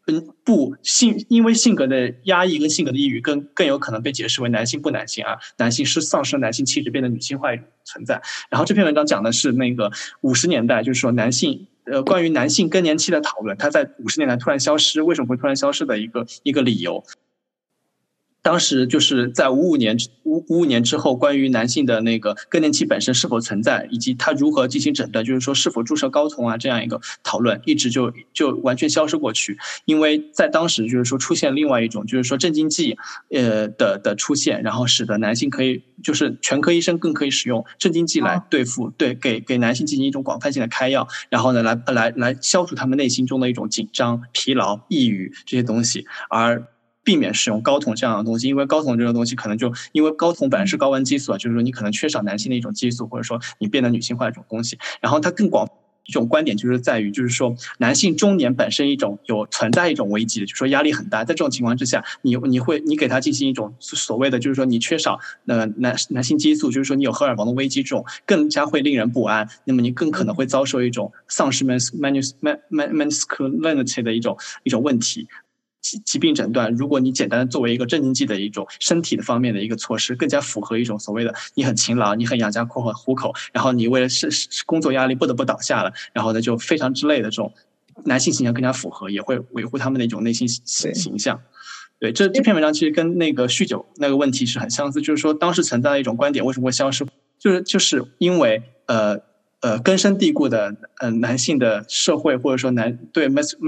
嗯，不性，因为性格的压抑跟性格的抑郁更更有可能被解释为男性不男性啊，男性是丧失男性气质变得女性化一种存在。然后这篇文章讲的是那个五十年代，就是说男性呃关于男性更年期的讨论，它在五十年代突然消失，为什么会突然消失的一个一个理由。当时就是在五五年五五年之后，关于男性的那个更年期本身是否存在，以及他如何进行诊断，就是说是否注射睾酮啊这样一个讨论，一直就就完全消失过去。因为在当时就是说出现另外一种就是说镇静剂呃的的出现，然后使得男性可以就是全科医生更可以使用镇静剂来对付对给给男性进行一种广泛性的开药，然后呢来来来消除他们内心中的一种紧张、疲劳、抑郁这些东西，而避免使用睾酮这样的东西。因为睾酮这个东西可能就因为睾酮本来是睾丸激素啊，就是说你可能缺少男性的一种激素，或者说你变得女性化的一种东西。然后它更广一种观点就是在于，就是说男性中年本身一种有存在一种危机的，就是说压力很大，在这种情况之下，你你会你给他进行一种所谓的就是说你缺少呃男男性激素，就是说你有荷尔蒙的危机，这种更加会令人不安。那么你更可能会遭受一种丧失 masculinity 的一种一种问题。疾病诊断，如果你简单的作为一个镇静剂的一种身体的方面的一个措施，更加符合一种所谓的你很勤劳，你很养家糊口，然后你为了是工作压力不得不倒下了，然后呢就非常之类的这种男性形象更加符合，也会维护他们的一种内心形象。对，这这篇文章其实跟那个酗酒那个问题是很相似，就是说当时存在的一种观点为什么会消失，就是就是因为呃。呃，根深蒂固的呃男性的社会，或者说男对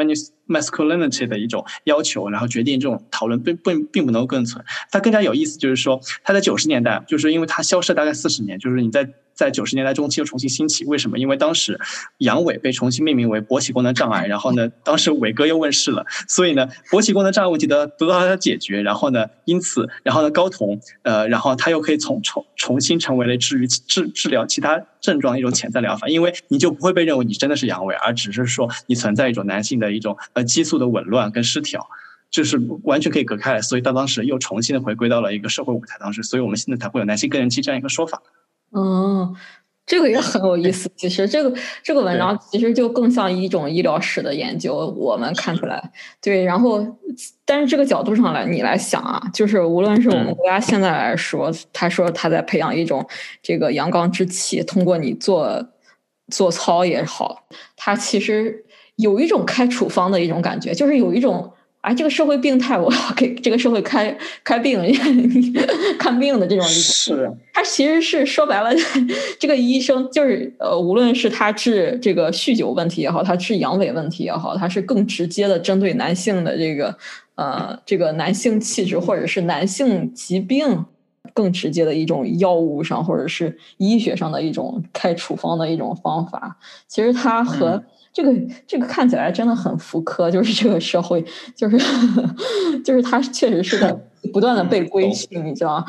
masculinity 的一种要求，然后决定这种讨论并并并不能够更存。它更加有意思，就是说它在九十年代，就是因为它消失大概四十年，就是你在在九十年代中期又重新兴起。为什么？因为当时阳痿被重新命名为勃起功能障碍，然后呢，当时伟哥又问世了，所以呢，勃起功能障碍问题得得到了解决，然后呢，因此，然后呢，睾酮，呃，然后它又可以从重重新成为了治愈治治疗其他症状的一种潜在疗法，因为你就不会被认为你真的是阳痿，而只是说你存在一种男性的一种呃激素的紊乱跟失调。就是完全可以隔开来，所以到当时又重新的回归到了一个社会舞台当时，所以我们现在才会有男性更年期这样一个说法。 嗯，这个也很有意思。其实这个这个文章其实就更像一种医疗史的研究，我们看出来对。然后，但是这个角度上来你来想啊，就是无论是我们国家现在来说，嗯、他说他在培养一种这个阳刚之气，通过你做做操也好，他其实有一种开处方的一种感觉，就是有一种。哎，这个社会病态，我要给这个社会开开病看病的这种， 是他其实是说白了，这个医生就是呃，无论是他治这个酗酒问题也好，他治阳痿问题也好，他是更直接的针对男性的这个呃这个男性气质或者是男性疾病更直接的一种药物上或者是医学上的一种开处方的一种方法。其实他和、嗯这个这个看起来真的很复刻，就是这个社会，就是就是它确实是在不断的被规训，你知道吗？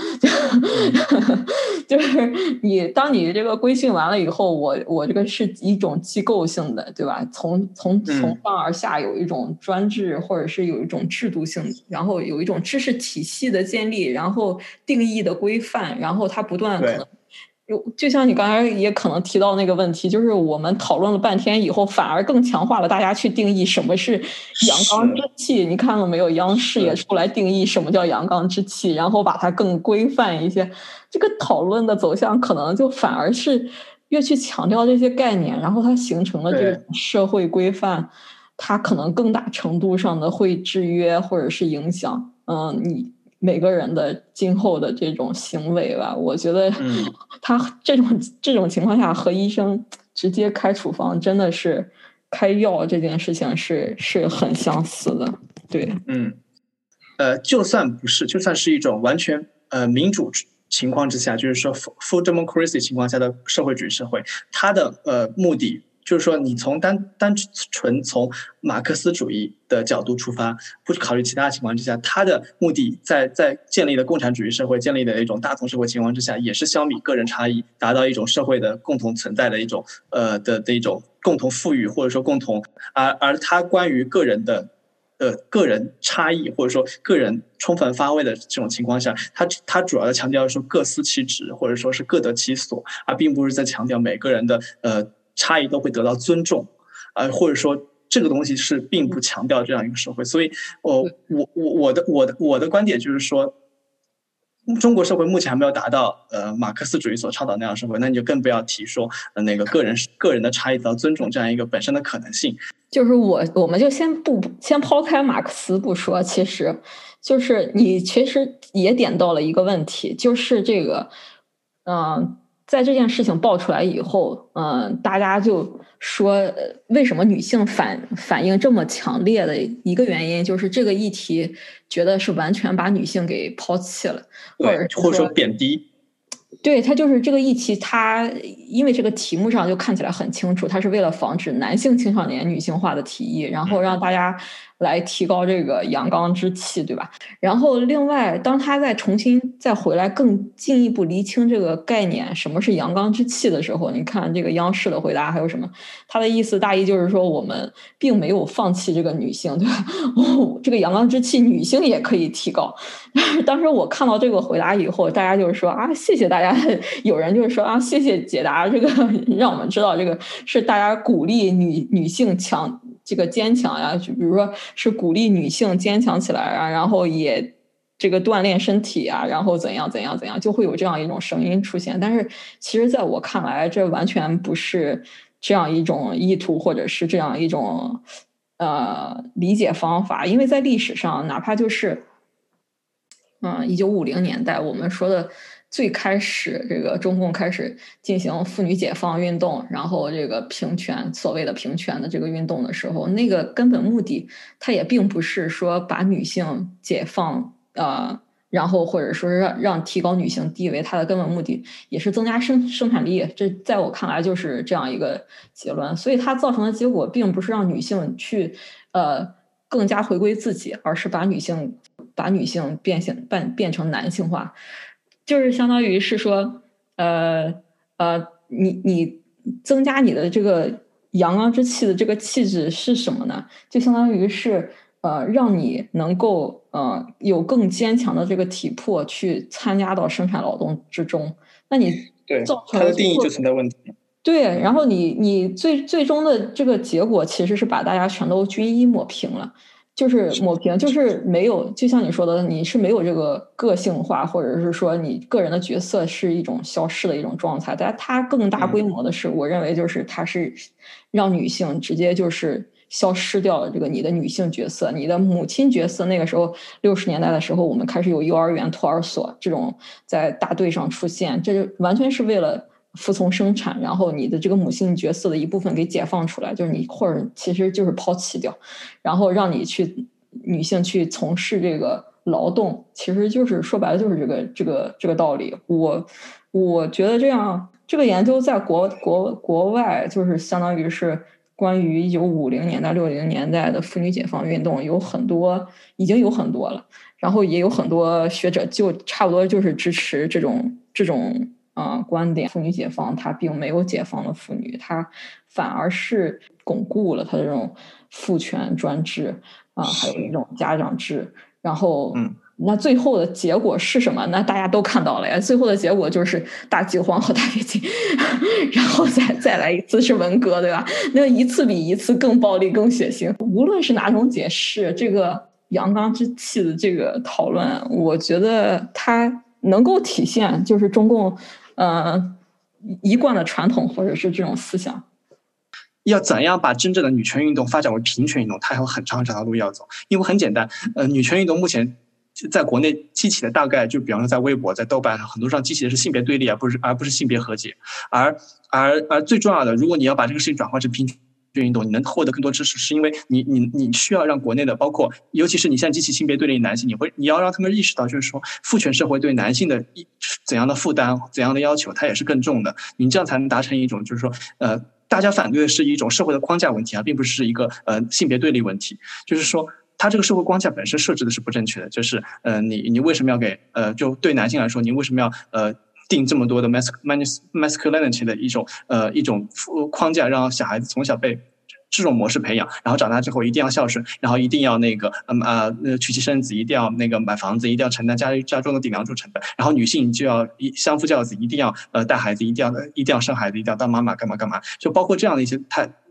就是你当你这个规训完了以后，我我这个是一种机构性的，对吧？从从从上而下有一种专制，或者是有一种制度性，然后有一种知识体系的建立，然后定义的规范，然后它不断可能。就像你刚才也可能提到那个问题，就是我们讨论了半天以后，反而更强化了大家去定义什么是阳刚之气。你看了没有？央视也出来定义什么叫阳刚之气，然后把它更规范一些。这个讨论的走向可能就反而是越去强调这些概念，然后它形成了这个社会规范，它可能更大程度上的会制约或者是影响。嗯，你。每个人的今后的这种行为吧，我觉得他这种这种情况下和医生直接开处方真的是开药这件事情是是很相似的。对， 嗯，呃，就算不是，就算是一种完全呃民主情况之下，就是说 full democracy 情况下的社会主义社会，它的呃目的。就是说，你从单单纯从马克思主义的角度出发，不考虑其他情况之下，它的目的在在建立的共产主义社会、建立的一种大同社会情况之下，也是消弭个人差异，达到一种社会的共同存在的一种呃的的一种共同富裕，或者说共同。而而它关于个人的呃个人差异，或者说个人充分发挥的这种情况下，它它主要的强调说各司其职，或者说是各得其所，而并不是在强调每个人的呃。差异都会得到尊重，呃，或者说这个东西是并不强调这样一个社会。所以，哦，我我我的我的我的观点就是说，中国社会目前还没有达到呃马克思主义所倡导那样的社会，那你就更不要提说呃那个个人个人的差异得到尊重这样一个本身的可能性。 就是我我们就先不先抛开马克思不说，其实就是你其实也点到了一个问题，就是这个嗯、呃，在这件事情爆出来以后，嗯、呃，大家就说为什么女性反反应这么强烈的一个原因，就是这个议题觉得是完全把女性给抛弃了，或者或者说贬低。 对，它就是这个议题，它因为这个题目上就看起来很清楚，它是为了防止男性青少年女性化的提议，然后让大家来提高这个阳刚之气，对吧？然后另外，当他再重新再回来更进一步厘清这个概念，什么是阳刚之气的时候，你看这个央视的回答还有什么？他的意思大意就是说，我们并没有放弃这个女性，对吧？哦，这个阳刚之气，女性也可以提高。当时我看到这个回答以后，大家就是说啊，谢谢大家。有人就是说啊，谢谢解答，这个让我们知道这个是大家鼓励女女性强这个坚强呀，就比如说是鼓励女性坚强起来啊，然后也这个锻炼身体啊，然后怎样怎样怎样，就会有这样一种声音出现。但是其实在我看来，这完全不是这样一种意图，或者是这样一种呃理解方法，因为在历史上，哪怕就是嗯，一九五零年代，我们说的最开始，这个中共开始进行妇女解放运动，然后这个平权，所谓的平权的这个运动的时候，那个根本目的，它也并不是说把女性解放，呃，然后或者说让让提高女性地位，它的根本目的也是增加生生产力。这在我看来就是这样一个结论。所以它造成的结果，并不是让女性去，呃。更加回归自己，而是把女性把女性变性变变成男性化，就是相当于是说，呃呃，你你增加你的这个阳刚之气的这个气质是什么呢？就相当于是呃，让你能够呃有更坚强的这个体魄去参加到生产劳动之中。那你对它的定义就存在问题。 对，然后你你最最终的这个结果其实是把大家全都均一抹平了，就是抹平，就是没有，就像你说的，你是没有这个个性化，或者是说你个人的角色是一种消失的一种状态。但它更大规模的是，我认为就是它是让女性直接就是消失掉了这个你的女性角色，你的母亲角色。那个时候六十年代的时候，我们开始有幼儿园、托儿所这种在大队上出现，这就完全是为了服从生产，然后你的这个母性角色的一部分给解放出来，就是你或者其实就是抛弃掉，然后让你去女性去从事这个劳动，其实就是说白了就是这个这个这个道理。我我觉得这样，这个研究在国国国外就是相当于是关于一九五零年代六零年代的妇女解放运动有很多，已经有很多了，然后也有很多学者就差不多就是支持这种这种。啊、呃，观点，妇女解放它并没有解放了妇女，它反而是巩固了它这种父权专制啊、呃，还有一种家长制。然后， 嗯， 那最后的结果是什么？那大家都看到了呀。最后的结果就是大饥荒和大跃进，然后再再来一次是文革，对吧？那一次比一次更暴力、更血腥。无论是哪种解释，这个阳刚之气的这个讨论，我觉得它能够体现就是中共。呃，一贯的传统或者是这种思想， 要怎样把真正的女权运动发展为平权运动，它还有很长很长的路要走。因为很简单，呃，女权运动目前在国内激起的大概就比方说在微博、在豆瓣上，很多上激起的是性别对立，而不是而不是性别和解。而而而最重要的，如果你要把这个事情转化成平权运动，你能获得更多支持，是因为你你你需要让国内的，包括尤其是你现在激起性别对立男性，你会你要让他们意识到，就是说父权社会对男性的怎样的负担、怎样的要求，它也是更重的。你这样才能达成一种，就是说，呃，大家反对的是一种社会的框架问题啊，并不是一个呃性别对立问题。就是说，它这个社会框架本身设置的是不正确的。就是呃，你你为什么要给呃，就对男性来说，你为什么要呃？定这么多的 masculinity 的一种呃一种框架，让小孩子从小被这种模式培养，然后长大之后一定要孝顺，然后一定要那个嗯啊、呃、娶妻生子，一定要那个买房子，一定要承担家家中的顶梁柱成本，然后女性就要相夫教子，一定要呃带孩子，一定要一定要生孩子，一定要当妈妈，干嘛干嘛，就包括这样的一些，他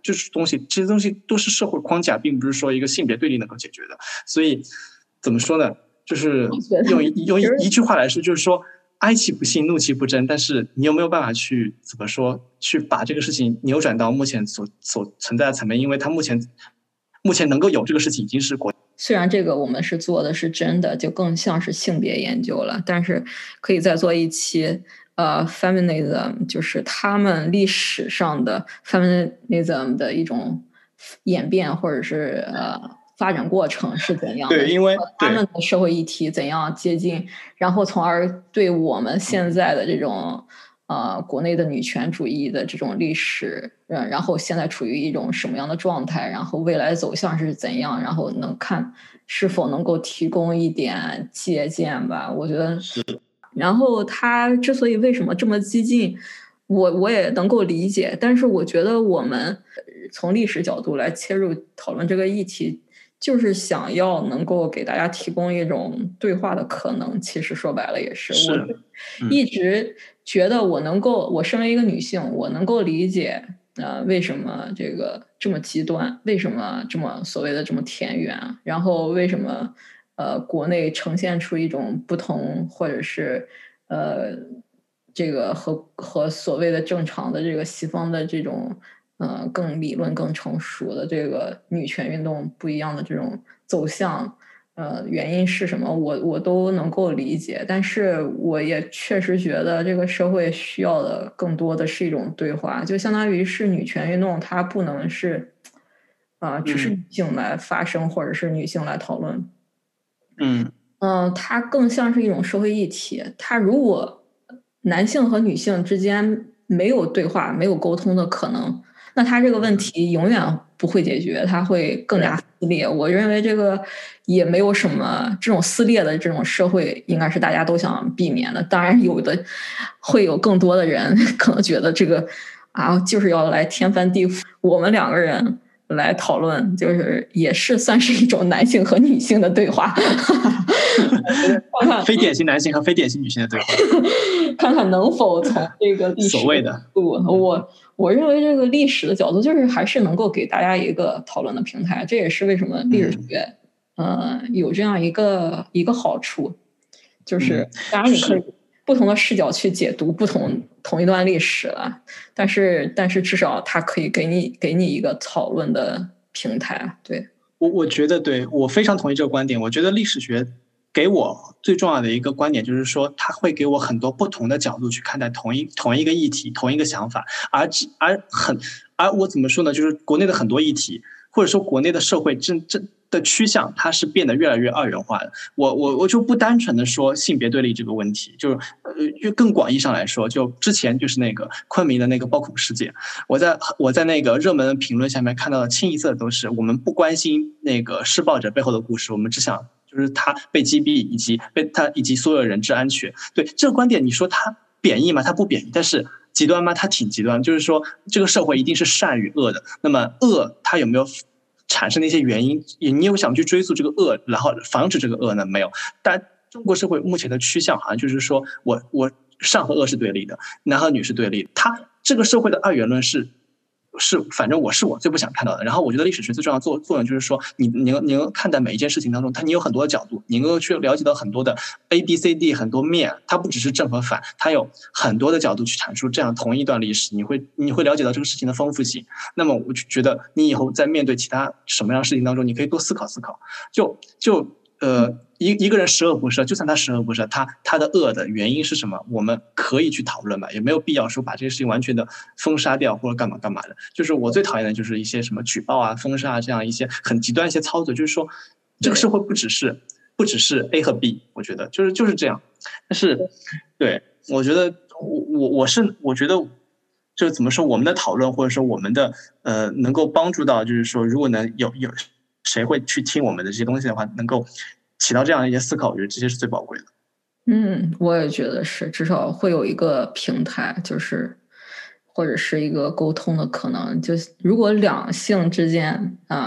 就是东西，这些东西都是社会框架，并不是说一个性别对立能够解决的。所以怎么说呢？就是用用一一句话来说，就是说哀其不幸，怒其不争。但是你有没有办法去怎么说，去把这个事情扭转到目前所所存在的层面？因为它目前目前能够有这个事情，已经是国。 虽然这个我们是做的是真的，就更像是性别研究了，但是可以再做一期呃 feminism， 就是他们历史上的 feminism 的一种演变或者是呃发展过程是怎样的？ 对，因为他们的社会议题怎样接近，然后从而对我们现在的这种。呃，国内的女权主义的这种历史，呃，然后现在处于一种什么样的状态，然后未来走向是怎样，然后能看是否能够提供一点借鉴吧。我觉得是。 然后他之所以为什么这么激进，我我也能够理解，但是我觉得我们从历史角度来切入讨论这个议题，就是想要能够给大家提供一种对话的可能。其实说白了也是， 是我一直觉得我能够，我身为一个女性，我能够理解，呃，为什么这个这么极端，为什么这么所谓的这么田园，然后为什么呃国内呈现出一种不同，或者是呃这个和和所谓的正常的这个西方的这种。呃，更理论、更成熟的这个女权运动不一样的这种走向，呃，原因是什么？我我都能够理解，但是我也确实觉得这个社会需要的更多的是一种对话，就相当于是女权运动，它不能是啊、呃，只是女性来发声，或者是女性来讨论。 嗯嗯、呃，它更像是一种社会议题。它如果男性和女性之间没有对话、没有沟通的可能。那他这个问题永远不会解决，他会更加撕裂。我认为这个也没有什么，这种撕裂的这种社会应该是大家都想避免的。当然，有的会有更多的人可能觉得这个啊就是要来天翻地覆。我们两个人来讨论，就是也是算是一种男性和女性的对话。看看非典型男性和非典型女性的对话， 看看能否从这个历史所谓的我我认为这个历史的角度，就是还是能够给大家一个讨论的平台。这也是为什么历史学，嗯、呃，有这样一个一个好处，就是当然你可以不同的视角去解读不同同一段历史了，但是但是至少它可以给你给你一个讨论的平台。对， 我我觉得对我非常同意这个观点。我觉得历史学给我最重要的一个观点就是说，它会给我很多不同的角度去看待同一同一个议题、同一个想法，而而很而我怎么说呢？就是国内的很多议题，或者说国内的社会正正的趋向，它是变得越来越二元化的。我我我就不单纯的说性别对立这个问题，就是呃，就更广义上来说，就之前就是那个昆明的那个暴恐事件，我在我在那个热门的评论下面看到的清一色都是我们不关心那个施暴者背后的故事，我们只想。就是他被击毙，以及被他以及所有人质安全。对这个观点，你说他贬义吗？他不贬义，但是极端吗？他挺极端。就是说，这个社会一定是善与恶的。那么恶，它有没有产生的一些原因？你有想去追溯这个恶，然后防止这个恶呢？没有。但中国社会目前的趋向好像就是说我我善和恶是对立的，男和女是对立的。他这个社会的二元论是。是，反正我是我最不想看到的。然后我觉得历史学最重要的作作用就是说，你你你能看待每一件事情当中，它你有很多的角度，你能够去了解到很多的 A B C D 很多面，它不只是正和反，它有很多的角度去阐述这样同一段历史，你会你会了解到这个事情的丰富性。那么我就觉得你以后在面对其他什么样的事情当中，你可以多思考思考。就就呃。一一个人十恶不赦，就算他十恶不赦，他他的恶的原因是什么？我们可以去讨论吧，也没有必要说把这个事情完全的封杀掉或者干嘛干嘛的。就是我最讨厌的就是一些什么举报啊、封杀啊这样一些很极端一些操作，就是说这个社会不只是不只是 A 和 B， 我觉得就是就是这样。但是对，我觉得我我我是我觉得。就怎么说，我们的讨论或者说我们的呃，能够帮助到，就是说，如果能有有谁会去听我们的这些东西的话，能够起到这样一些思考，我觉得这些是最宝贵的。 嗯，我也觉得是，至少会有一个平台，就是或者是一个沟通的可能。就如果两性之间啊、呃，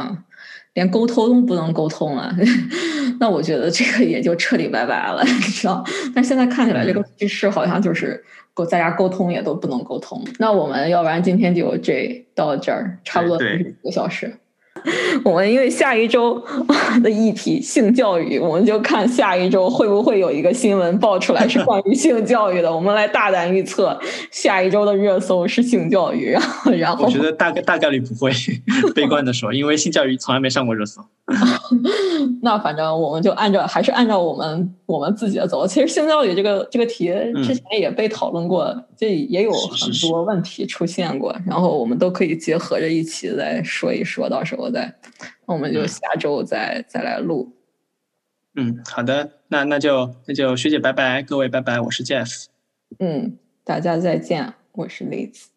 连沟通都不能沟通了，那我觉得这个也就彻底拜拜了，你知道？但现在看起来这个趋势好像就是大家沟通也都不能沟通。那我们要不然今天就这到这儿，差不多四十几个小时。我们因为下一周的议题性教育，我们就看下一周会不会有一个新闻爆出来是关于性教育的。我们来大胆预测，下一周的热搜是性教育。然后，然后我觉得大概大概率不会，悲观的说，因为性教育从来没上过热搜。 那反正我们就按照还是按照我们我们自己的走。其实性教育这个这个题之前也被讨论过，嗯、这也有很多问题出现过，是是是然后我们都可以结合着一起再说一说，到时候再，那我们就下周再、嗯、再来录。 嗯，好的，那那就那就学姐拜拜，各位拜拜，我是 Jeff。 嗯，大家再见，我是 Liz。